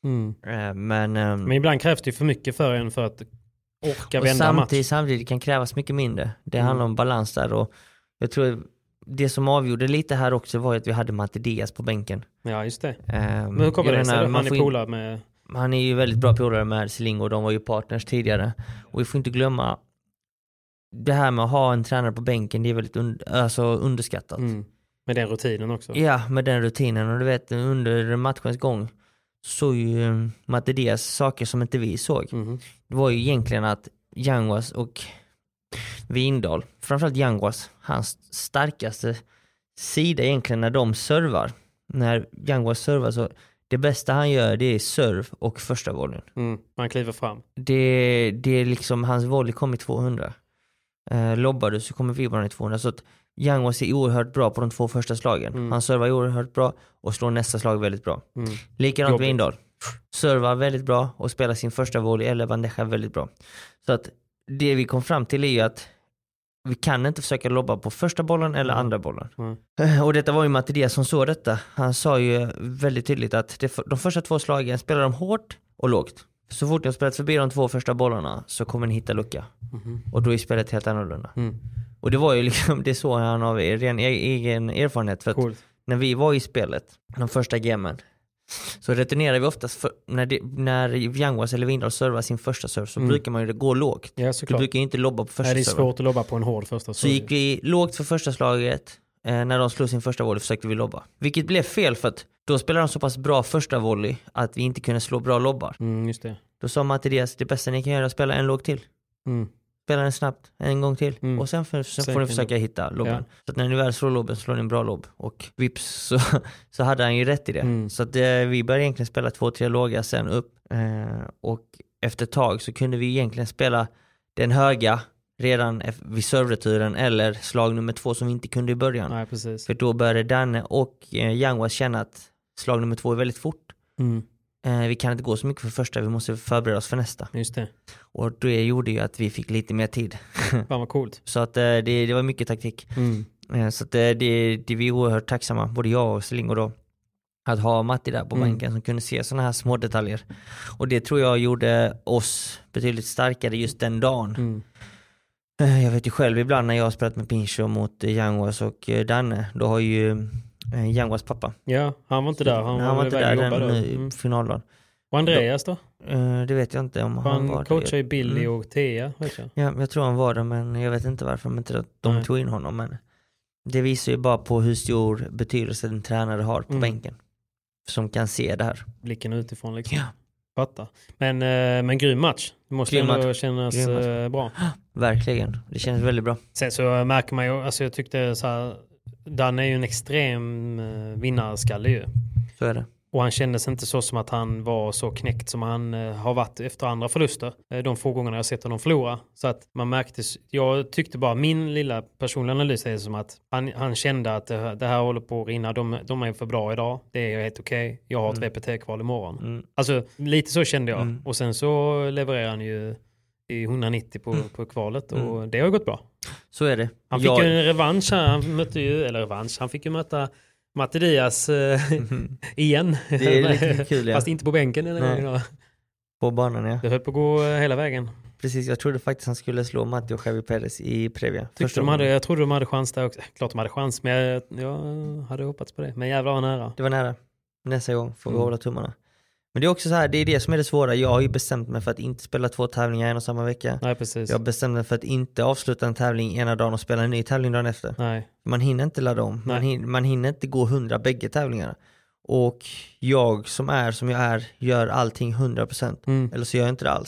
Men ibland krävs det ju för mycket för en för att orka vända match. Samtidigt kan krävas mycket mindre. Det handlar om balans där, och jag tror det som avgjorde lite här också var att vi hade Matti Diaz på bänken. Ja, just det. Men hur kommer det sig? Han är polare med... Han är ju väldigt bra polare med Selingo, och de var ju partners tidigare. Och vi får inte glömma det här med att ha en tränare på bänken, det är väldigt underskattat. Med den rutinen också. Ja, med den rutinen. Och du vet, under matchens gång såg ju Matti Diaz saker som inte vi såg. Det var ju egentligen att Yanguas och Vindal, framförallt Yanguas, hans starkaste sida egentligen när de servar. När Yanguas servar, så det bästa han gör, det är serv och första volleyn. Han kliver fram. Det är liksom, hans volley kom i 200. Lobbar du så kommer vibran i 200. Så att Yanguas är oerhört bra på de 2 första slagen. Han servar oerhört bra och slår nästa slag väldigt bra. Likadant Vindal. Servar väldigt bra och spelar sin första volley eller bandeja väldigt bra. Så att det vi kom fram till är ju att vi kan inte försöka lobba på första bollen eller andra bollen. Och detta var ju Matti Diaz som såg detta. Han sa ju väldigt tydligt att de första 2 slagen spelar de hårt och lågt. Så fort ni har spelat förbi de 2 första bollarna så kommer ni hitta lucka. Och då är spelet helt annorlunda. Och det var ju liksom, det såg han av ren egen erfarenhet. För att när vi var i spelet, de första gamen, så returnerar vi oftast när Yanguas eller Vindal servar sin första serve, så brukar man ju gå lågt. Ja, du brukar ju inte lobba på första serve. Det är svårt att lobba på en hård första serve. Så gick vi lågt för första slaget. När de slog sin första volley försökte vi lobba. Vilket blev fel, för att då spelade de så pass bra första volley att vi inte kunde slå bra lobbar. Just det. Då sa Matti Diaz, det bästa ni kan göra är att spela en låg till. Spela den snabbt, en gång till. Och sen får ni försöka hitta lobben. Ja. Så att när ni väl slår lobben slår ni en bra lobb. Och vips så hade han ju rätt i det. Så att vi började egentligen spela 2-3 låga sen upp. Och efter ett tag så kunde vi egentligen spela den höga redan vid servereturen eller slag nummer 2 som vi inte kunde i början. Nej, precis. För då började Danne och Yanguas känna att slag nummer 2 är väldigt fort. Vi kan inte gå så mycket för första, vi måste förbereda oss för nästa. Just det. Och det gjorde ju att vi fick lite mer tid. Fan vad coolt. Så att det var mycket taktik. Så att det vi är oerhört tacksamma, både jag och Selingo då, att ha Matti där på bänken som kunde se sådana här små detaljer. Och det tror jag gjorde oss betydligt starkare just den dagen. Jag vet ju själv ibland när jag har spelat med Pincho mot Yanguas och Danne, då har ju Yanguas pappa. Ja, han var inte där. Han var inte där den finalen. Och Andreas då? Det vet jag inte om han var. Han coachar ju Billy och Thea, vet jag. Ja, jag tror han var där, men jag vet inte varför de tog in honom. Men det visar ju bara på hur stor betydelse en tränare har på bänken. Som kan se det här. Blicken utifrån liksom. Ja. Fatta. Men grym match. Det måste ju ändå kännas bra. Verkligen. Det känns väldigt bra. Sen så märker man ju, alltså jag tyckte så här, Dan är ju en extrem vinnarskalle ju. Så är det. Och han kändes inte så som att han var så knäckt som han har varit efter andra förluster. De få gångerna jag sett honom förlora. Så att man märkte, jag tyckte bara, min lilla personliga analys är som att han kände att det här håller på att rinna. De är för bra idag. Det är helt okej. Jag har ett VPT-kval imorgon. Alltså lite så kände jag. Och sen så levererar han ju i 190 på kvalet. Och det har gått bra. Så är det. Han fick ju en revansch. Han fick ju möta Matti Diaz igen. Det är lite kul, ja. Fast inte på bänken eller gången. På banan, ja. Det höll på att gå hela vägen. Precis, jag trodde faktiskt han skulle slå Matti och Javi Perez i Previa. Jag trodde de hade chans där också. Klart de hade chans, men jag hade hoppats på det. Men jävlar var nära. Det var nära. Nästa gång får vi hålla tummarna. Men det är också så här, det är det som är det svåra. Jag har ju bestämt mig för att inte spela 2 tävlingar i en och samma vecka. Nej, precis. Jag har bestämt mig för att inte avsluta en tävling ena dagen och spela en ny tävling dagen efter. Nej. Man hinner inte ladda om. Man hinner inte gå 100 bägge tävlingarna. Och jag som jag är gör allting 100%. Eller så gör jag inte det alls.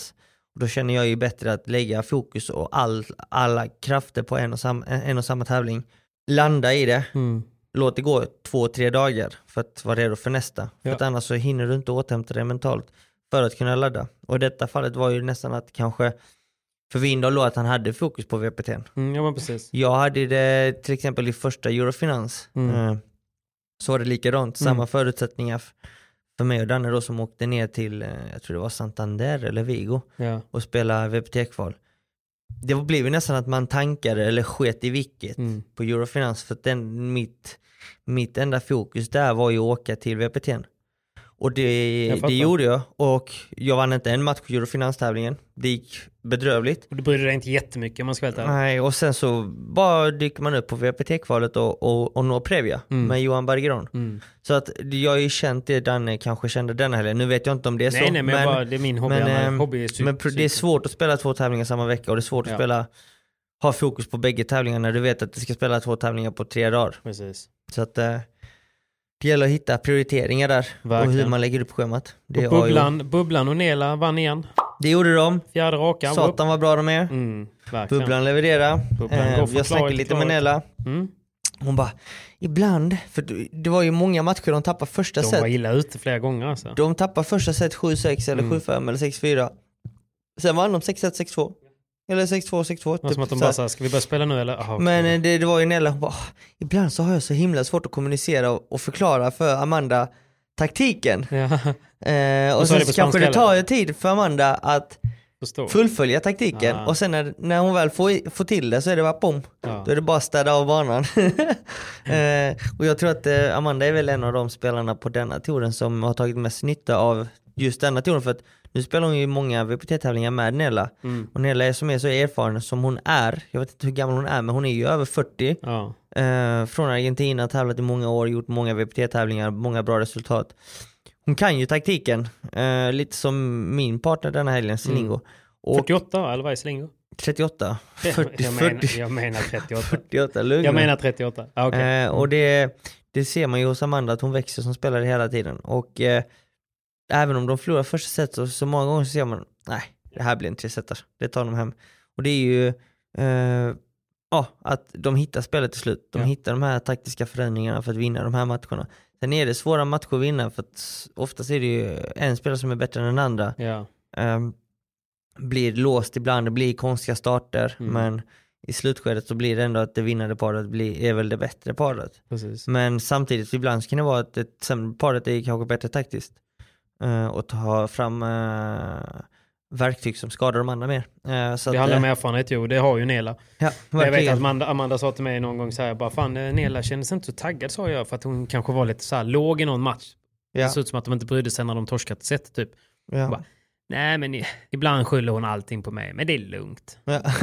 Och då känner jag ju bättre att lägga fokus och alla krafter på en och samma tävling. Landa i det. Låt det gå 2-3 dagar för att vara redo för nästa. För att annars så hinner du inte återhämta dig mentalt för att kunna ladda. Och i detta fallet var ju nästan att kanske för Windahl då att han hade fokus på VPT:n. Ja, men precis. Jag hade det till exempel i första Eurofinans. Så var det likadant. Samma förutsättningar för mig och Danne då som åkte ner till, jag tror det var Santander eller Vigo och spela VPT-kval. Det blev ju nästan att man tankade eller sket i vilket på Eurofinans för att mitt enda fokus där var ju att åka till VPT:n. Och det gjorde jag. Och jag vann inte en match på Eurofinanstävlingen. Det gick bedrövligt. Och du brydde dig inte jättemycket om man ska veta. Nej, och sen så bara dyker man upp på VPT-kvalet och når Previa med Johan Bergeron. Så att jag har ju känt det Danne kanske kände denna helgen. Nu vet jag inte om det är så. Nej, men det är min hobby. Men det är svårt att spela 2 tävlingar samma vecka och det är svårt att ha fokus på bägge tävlingarna när du vet att du ska spela 2 tävlingar på 3 dagar. Precis. Så att det gäller att hitta prioriteringar där. Verkligen. Och hur man lägger upp schemat. Bubblan och Nela vann igen. Det gjorde de. 4:e raka. Satan var bra de är. Bubblan levererade. Jag snackade lite med Nela. Hon bara, ibland, för det var ju många matcher de tappade första set. De var illa ute flera gånger alltså. De tappade första set 7-6 eller 7-5 eller 6-4. Sen vann de 6-1, 6-2. Eller 6-2. Typ, som att de bara sa, ska vi börja spela nu eller? Aha, men det var ju Nella, hon bara, ibland så har jag så himla svårt att kommunicera och förklara för Amanda taktiken. Och sen kanske det tar tid för Amanda att fullfölja taktiken. Och sen när hon väl får till det så är det bara bom. Då är det bara att städa av banan. Och jag tror att Amanda är väl en av de spelarna på denna touren som har tagit mest nytta av just denna touren, för att nu spelar hon ju många VPT-tävlingar med Nella. Och Nella är så erfaren som hon är. Jag vet inte hur gammal hon är, men hon är ju över 40. Från Argentina, tävlat i många år, gjort många VPT-tävlingar, många bra resultat. Hon kan ju taktiken. Lite som min partner denna helgen, Selingo. 48, eller vad är Selingo? 38. 40. Jag menar 38. 48, lugna. Jag menar 38. Okay. Och det ser man ju hos Amanda att hon växer som spelare hela tiden. Och även om de förlorar första set så många gånger så ser man, nej, det här blir en 3-setare. Det tar de hem. Och det är ju att de hittar spelet till slut. De hittar de här taktiska förändringarna för att vinna de här matcherna. Sen är det svåra matcher att vinna för att oftast är det ju en spelare som är bättre än den andra. Blir låst ibland, det blir konstiga starter, men i slutskedet så blir det ändå att det vinnande paret är väl det bättre paret. Precis. Men samtidigt ibland kan det vara att det sämre paret är kanske bättre taktiskt. Och ta fram verktyg som skadar de andra mer. Så det handlar om erfarenhet, det har ju Nela. Ja, jag vet att Amanda sa till mig någon gång så här, bara fan, Nela kändes inte så taggad, sa jag, för att hon kanske var lite så här låg i någon match. Det såg ut som att de inte brydde sig när de torskat set typ. Bara, nej, men ibland skyller hon allting på mig, men det är lugnt.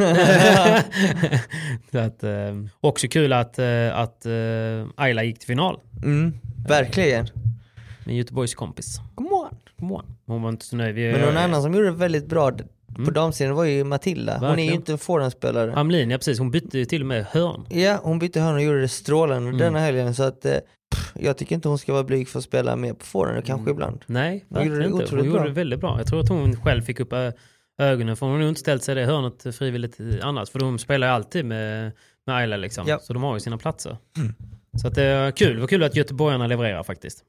Så att, också kul att Ayla gick till final. Verkligen. Med Göteborgs kompis. Come on. Hon var inte så nöjd. Men någon annan som gjorde det väldigt bra på damsidan var ju Matilda. Verkligen. Hon är ju inte en forehandspelare. Amlin, ja precis. Hon bytte ju till och med hörn. Ja, hon bytte hörn och gjorde det strålande denna helgen. Så att jag tycker inte hon ska vara blyg för att spela mer på forehand kanske ibland. Nej, verkligen inte. Hon gjorde det väldigt bra. Jag tror att hon själv fick upp ögonen, för hon har ju inte ställt sig det hörnet frivilligt annars. För de spelar ju alltid med Ayla liksom. Ja. Så de har ju sina platser. Så att det är kul. Det var kul att göteborgarna levererar faktiskt.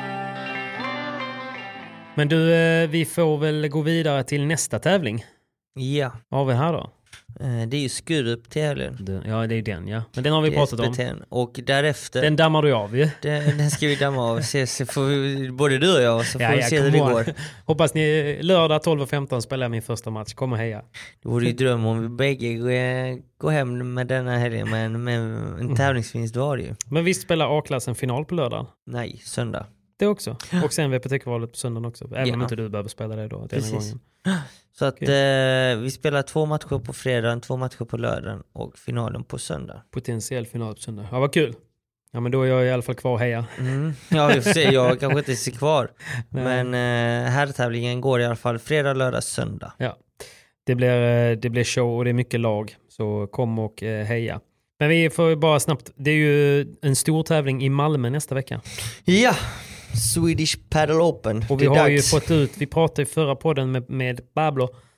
Men du, vi får väl gå vidare till nästa tävling. Ja. Vad har vi här då? Det är ju Skurup till helgen. Ja, det är den, ja. Men den har vi pratat om. Och därefter... Den dammar du av ju. Den ska vi damma av. Så får vi, både du och jag, så får vi se hur det går. Hoppas ni lördag 12:15 spelar min första match. Kom och heja. Det vore ju dröm om vi bägge går hem med denna helgen med en tävlingsvinst var det ju. Men visst spelar A-klassen final på lördag? Nej, söndag. Det också. Och sen VPT-kvalet på söndagen också. Även om inte du behöver spela det då. Den gången. Så att vi spelar 2 matcher på fredagen, 2 matcher på lördagen och finalen på söndag. Potentiell final på söndag. Ja, vad kul. Ja, men då är jag i alla fall kvar och heja. Ja, vi får se. Jag kanske inte är kvar. Men herrtävlingen går i alla fall fredag, lördag, söndag. Ja, det blir show och det är mycket lag. Så kom och heja. Men vi får bara snabbt. Det är ju en stor tävling i Malmö nästa vecka. Ja, Swedish Paddle Open. Och vi har ju fått ut, vi pratade i förra podden med Pablo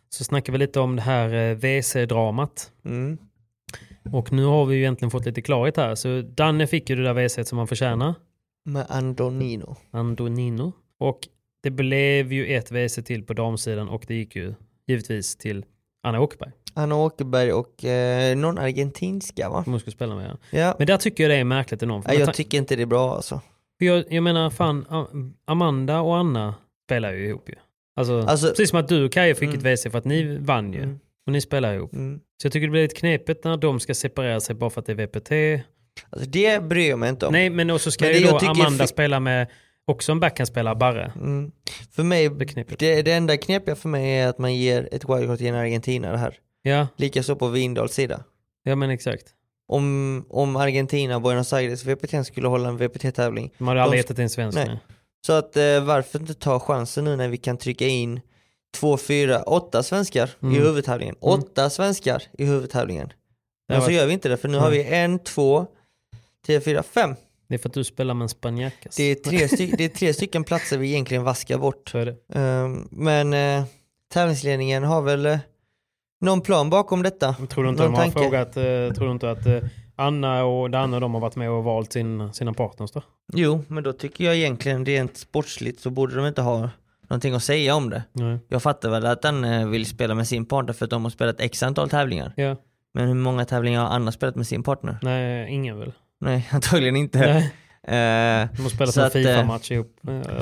så snackar vi lite om det här WC-dramat. Mm. Och nu har vi ju egentligen fått lite klarhet här. Så Danne fick ju det där WC som han förtjänar. Med Andonino. Och det blev ju ett WC till på damsidan och det gick ju givetvis till Anna Åkerberg. Anna Åkerberg och någon argentinska, va? Hon ska spela med. Ja. Men där tycker jag det är märkligt enormt. Nej, jag tycker inte det är bra alltså. Jag menar, fan, Amanda och Anna spelar ju ihop ju. Alltså precis som att du och Kaja fick ett WC för att ni vann ju. Och ni spelar ihop. Så jag tycker det blir lite knepigt när de ska separera sig bara för att det är VPT. Alltså det bryr jag mig inte om. Nej, men också ska ju då Amanda spela med också en backhandspelare, Barre. För mig, det enda knepiga för mig är att man ger ett wildcard till en Argentina det här. Ja. Likaså på Vindals sida. Ja, men exakt. Om Argentina, Buenos Aires, VPT skulle hålla en VPT-tävling. De hade aldrig hetat en svensk. Nej. Så att varför inte ta chansen nu när vi kan trycka in 2, 4, 8 svenskar i huvudtävlingen. 8 svenskar i huvudtävlingen. Men så gör vi inte det, för nu har vi 1, 2, 3, 4, 5. Det är för att du spelar med en spanjackas. Det är 3 stycken platser vi egentligen vaskar bort. Så är det. Men tävlingsledningen har väl någon plan bakom detta. Tror du inte de har frågat, tror du inte att Anna och Danne och de har varit med och valt sina partners då? Jo, men då tycker jag egentligen rent sportsligt så borde de inte ha någonting att säga om det. Nej. Jag fattar väl att Danne vill spela med sin partner för att de har spelat x antal tävlingar. Ja. Men hur många tävlingar har Anna spelat med sin partner? Nej, ingen väl. Nej, antagligen inte. Nej. De har spelat en FIFA-match ihop.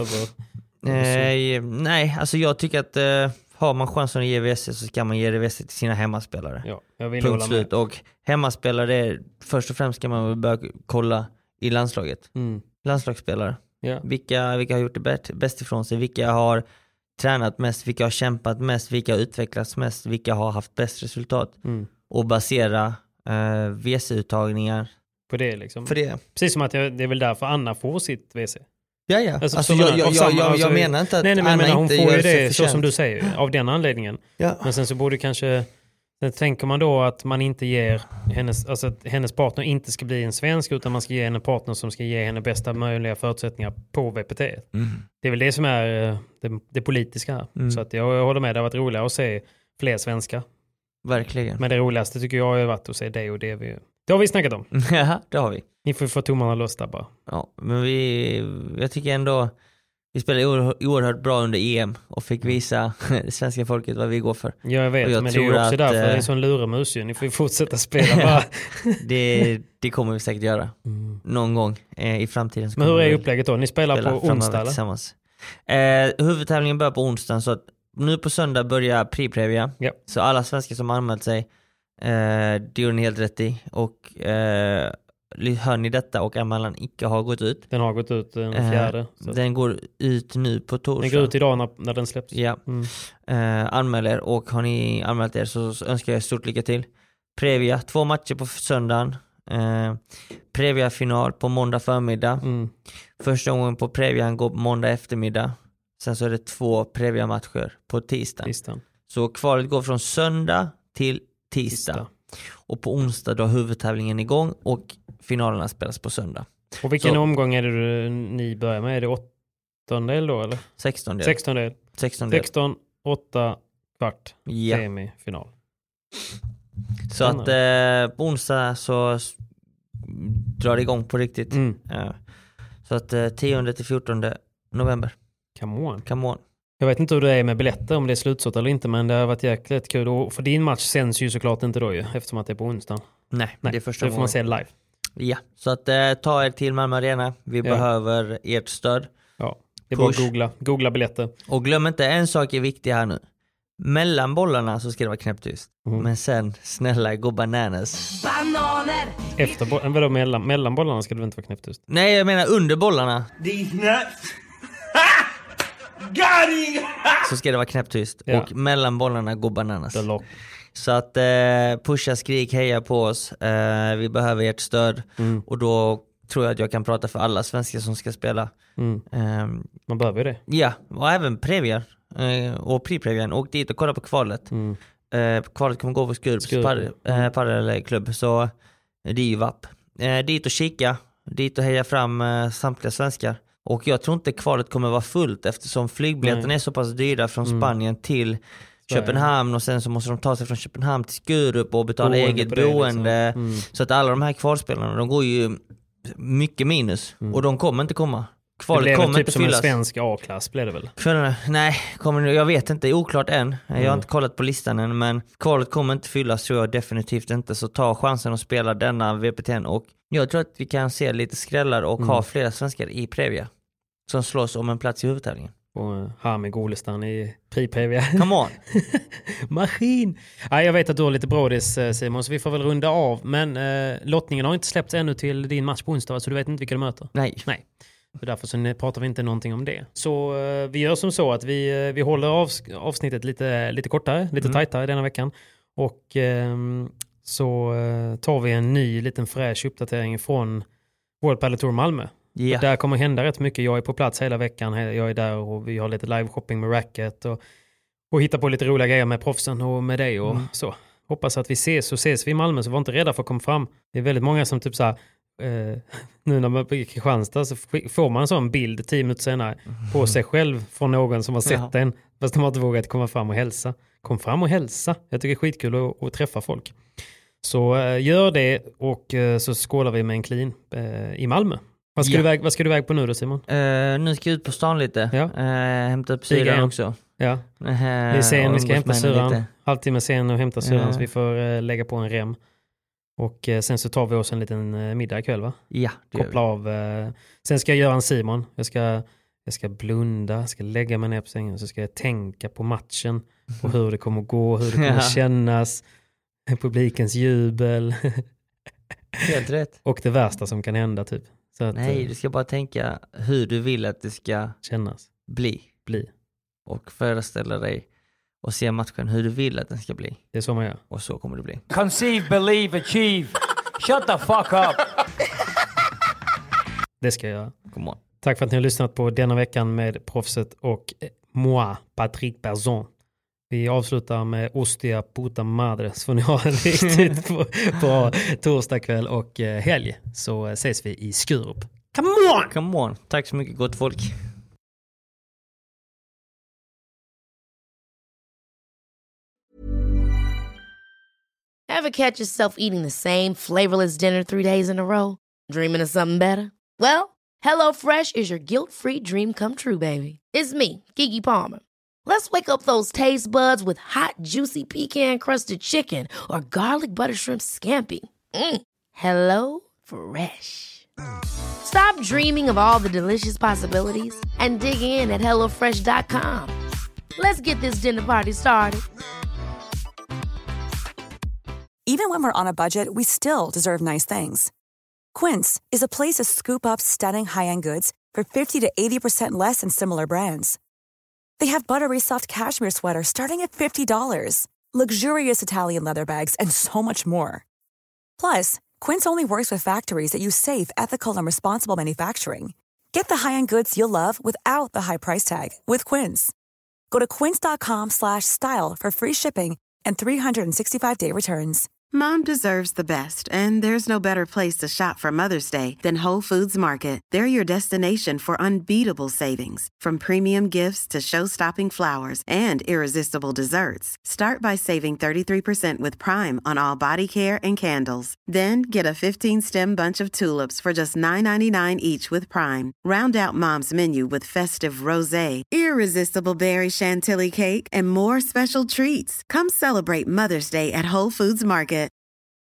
Nej, alltså jag tycker att har man chansen att ge WC så ska man ge det WC till sina hemmaspelare. Ja, jag vill Punkt hålla med. slut. Och hemmaspelare, först och främst ska man väl börja kolla i landslaget. Landslagsspelare. Ja. Vilka har gjort det bäst ifrån sig, vilka har tränat mest, vilka har kämpat mest, vilka har utvecklats mest, vilka har haft bäst resultat. Och basera WC-uttagningar på det liksom. För det. Precis som att det är väl därför Anna får sitt WC. Ja. Alltså jag menar inte att Anna hon inte får ju det så som du säger, av den anledningen. Ja. Men sen så borde kanske, sen tänker man då att man inte ger hennes partner inte ska bli en svensk, utan man ska ge henne en partner som ska ge henne bästa möjliga förutsättningar på VPT. Det är väl det som är det politiska här. Så att jag håller med, det har varit roligare att se fler svenskar. Verkligen. Men det roligaste tycker jag har varit att se det och det. Det har vi snackat om. Ja, det har vi. Ni får få tummarna lösta bara. Ja, men jag tycker ändå vi spelade oerhört bra under EM och fick visa det svenska folket vad vi går för. Ja, jag vet, men det är ju också därför det är en sån luremus ju. Ni får ju fortsätta spela bara. det kommer vi säkert göra. Någon gång i framtiden. Men hur är upplägget då? Ni spelar på onsdag eller? Tillsammans. Huvudtävlingen börjar på onsdagen, så att nu på söndag börjar pre-previa. Ja. Så alla svenskar som har anmält sig, det gör ni helt rätt i. Och hör ni detta och anmälan icke har gått ut. Den har gått ut den 4. Den går ut nu på torsdag. Den går ut idag när den släpps. Ja. Anmäl er, och har ni anmält er så önskar jag stort lycka till. Previa, 2 matcher på söndagen. Previa-final på måndag förmiddag. Första gången på Previan går måndag eftermiddag. Sen så är det 2 Previa-matcher på tisdagen. Så kvalet går från söndag till tisdag. Och på onsdag då huvudtävlingen igång och finalerna spelas på söndag. Och vilken omgång är det ni börjar med? Är det 8:e då eller? 16:e. 16, 8, kvart, semifinal. Så att på onsdag så drar det igång på riktigt. Så att 10-14 november. Come on. Jag vet inte hur det är med biljetter, om det är slutsålt eller inte, men det har varit jäkligt kul. Och för din match sänds ju såklart inte då ju, eftersom att det är på onsdag. Nej, det är första gången. Det får man se live. Ja, så att ta er till Malmö Arena. Vi behöver ert stöd. Ja, det är bara att googla biljetter. Och glöm inte, en sak är viktig här nu. Mellan bollarna så ska det vara knäpptyst. Men sen, snälla, gå bananas. Bananer! Efter mellan bollarna ska det inte vara knäpptyst? Nej, jag menar under bollarna. These nuts. Så ska det vara knäpptyst. Och mellan bollarna gå bananas. Så att pusha, skrik, heja på oss. Vi behöver ert stöd. Och då tror jag att jag kan prata för alla svenskar som ska spela. Man behöver det. Ja, och även Previa och pre-previan. Åk dit och kolla på kvalet. Kvalet kommer gå på Skurbs parallellklubb. Så det är ju vapp. Dit och kika. Dit och heja fram samtliga svenskar. Och jag tror inte kvalet kommer vara fullt, eftersom flygbiljetterna är så pass dyra från Spanien till Köpenhamn och sen så måste de ta sig från Köpenhamn till Skurup och betala eget boende. Liksom. Så att alla de här kvalspelarna, de går ju mycket minus och de kommer inte komma. Kvalet kommer typ inte som fyllas. En svensk A-klass blev det väl? Nej, jag vet inte, oklart än. Jag har inte kollat på listan än, men kvalet kommer inte fyllas, tror jag definitivt inte. Så ta chansen att spela denna VPTN, och jag tror att vi kan se lite skrällar och ha flera svenskar i Previa som slåss om en plats i huvudtävlingen. Och här med Golestan i Previa. Come on! Maskin! Ja, jag vet att du har lite brådis, Simon, så vi får väl runda av. Men lottningen har inte släppts ännu till din match på onsdag, så du vet inte vilka du möter. Nej. Så därför så pratar vi inte någonting om det. Så vi gör som så att vi håller avsnittet lite kortare, lite tajtare denna veckan. Och så tar vi en ny liten fräsch uppdatering från World Padel Tour Malmö. Yeah. Där kommer hända rätt mycket. Jag är på plats hela veckan. Jag är där och vi har lite live-shopping med Racket. Och hittar på lite roliga grejer med proffsen och med dig och så. Hoppas att vi ses vi i Malmö, så var inte rädda för att komma fram. Det är väldigt många som typ så här, nu när man är på Kristianstad så får man en sån bild 10 minuter senare på sig själv från någon som har sett den, fast de har inte vågat komma fram och hälsa. Kom fram och hälsa. Jag tycker det är skitkul att träffa folk. Så gör det, och så skålar vi med en clean i Malmö. Vad ska du iväg på nu då, Simon? Nu ska jag ut på stan lite. Hämta upp syran också. Ja. Vi ska hämta syran. Halvtimme sen och hämta syran, så vi får lägga på en rem. Och sen så tar vi oss en liten middag ikväll, va? Ja, koppla av. Sen ska jag göra en Simon. Jag ska blunda, ska lägga mig ner på sängen, så ska jag tänka på matchen, på hur det kommer gå, hur det kommer kännas, publikens jubel. Helt rätt. Och det värsta som kan hända typ. Så att, nej, du ska bara tänka hur du vill att det ska kännas. Bli. Och föreställa dig och se matchen hur du vill att den ska bli. Det är så man gör. Och så kommer det bli. Conceive, believe, achieve. Shut the fuck up. Det ska jag göra. Come on. Tack för att ni har lyssnat på denna veckan med Proffset och moi, Patrick Bergeron. Vi avslutar med Ostia puta madre, så får ni ha en riktigt bra torsdagkväll och helg. Så ses vi i Skurup. Come on. Tack så mycket, gott folk. Ever catch yourself eating the same flavorless dinner 3 days in a row? Dreaming of something better? Well, HelloFresh is your guilt-free dream come true, baby. It's me, Keke Palmer. Let's wake up those taste buds with hot, juicy pecan-crusted chicken or garlic butter shrimp scampi. Hello Fresh. Stop dreaming of all the delicious possibilities and dig in at HelloFresh.com. Let's get this dinner party started. Even when we're on a budget, we still deserve nice things. Quince is a place to scoop up stunning high-end goods for 50 to 80% less than similar brands. They have buttery soft cashmere sweaters starting at $50, luxurious Italian leather bags, and so much more. Plus, Quince only works with factories that use safe, ethical, and responsible manufacturing. Get the high-end goods you'll love without the high price tag with Quince. Go to quince.com/style for free shipping and 365-day returns. Mom deserves the best, and there's no better place to shop for Mother's Day than Whole Foods Market. They're your destination for unbeatable savings, from premium gifts to show-stopping flowers and irresistible desserts. Start by saving 33% with Prime on all body care and candles. Then get a 15-stem bunch of tulips for just $9.99 each with Prime. Round out Mom's menu with festive rosé, irresistible berry chantilly cake, and more special treats. Come celebrate Mother's Day at Whole Foods Market.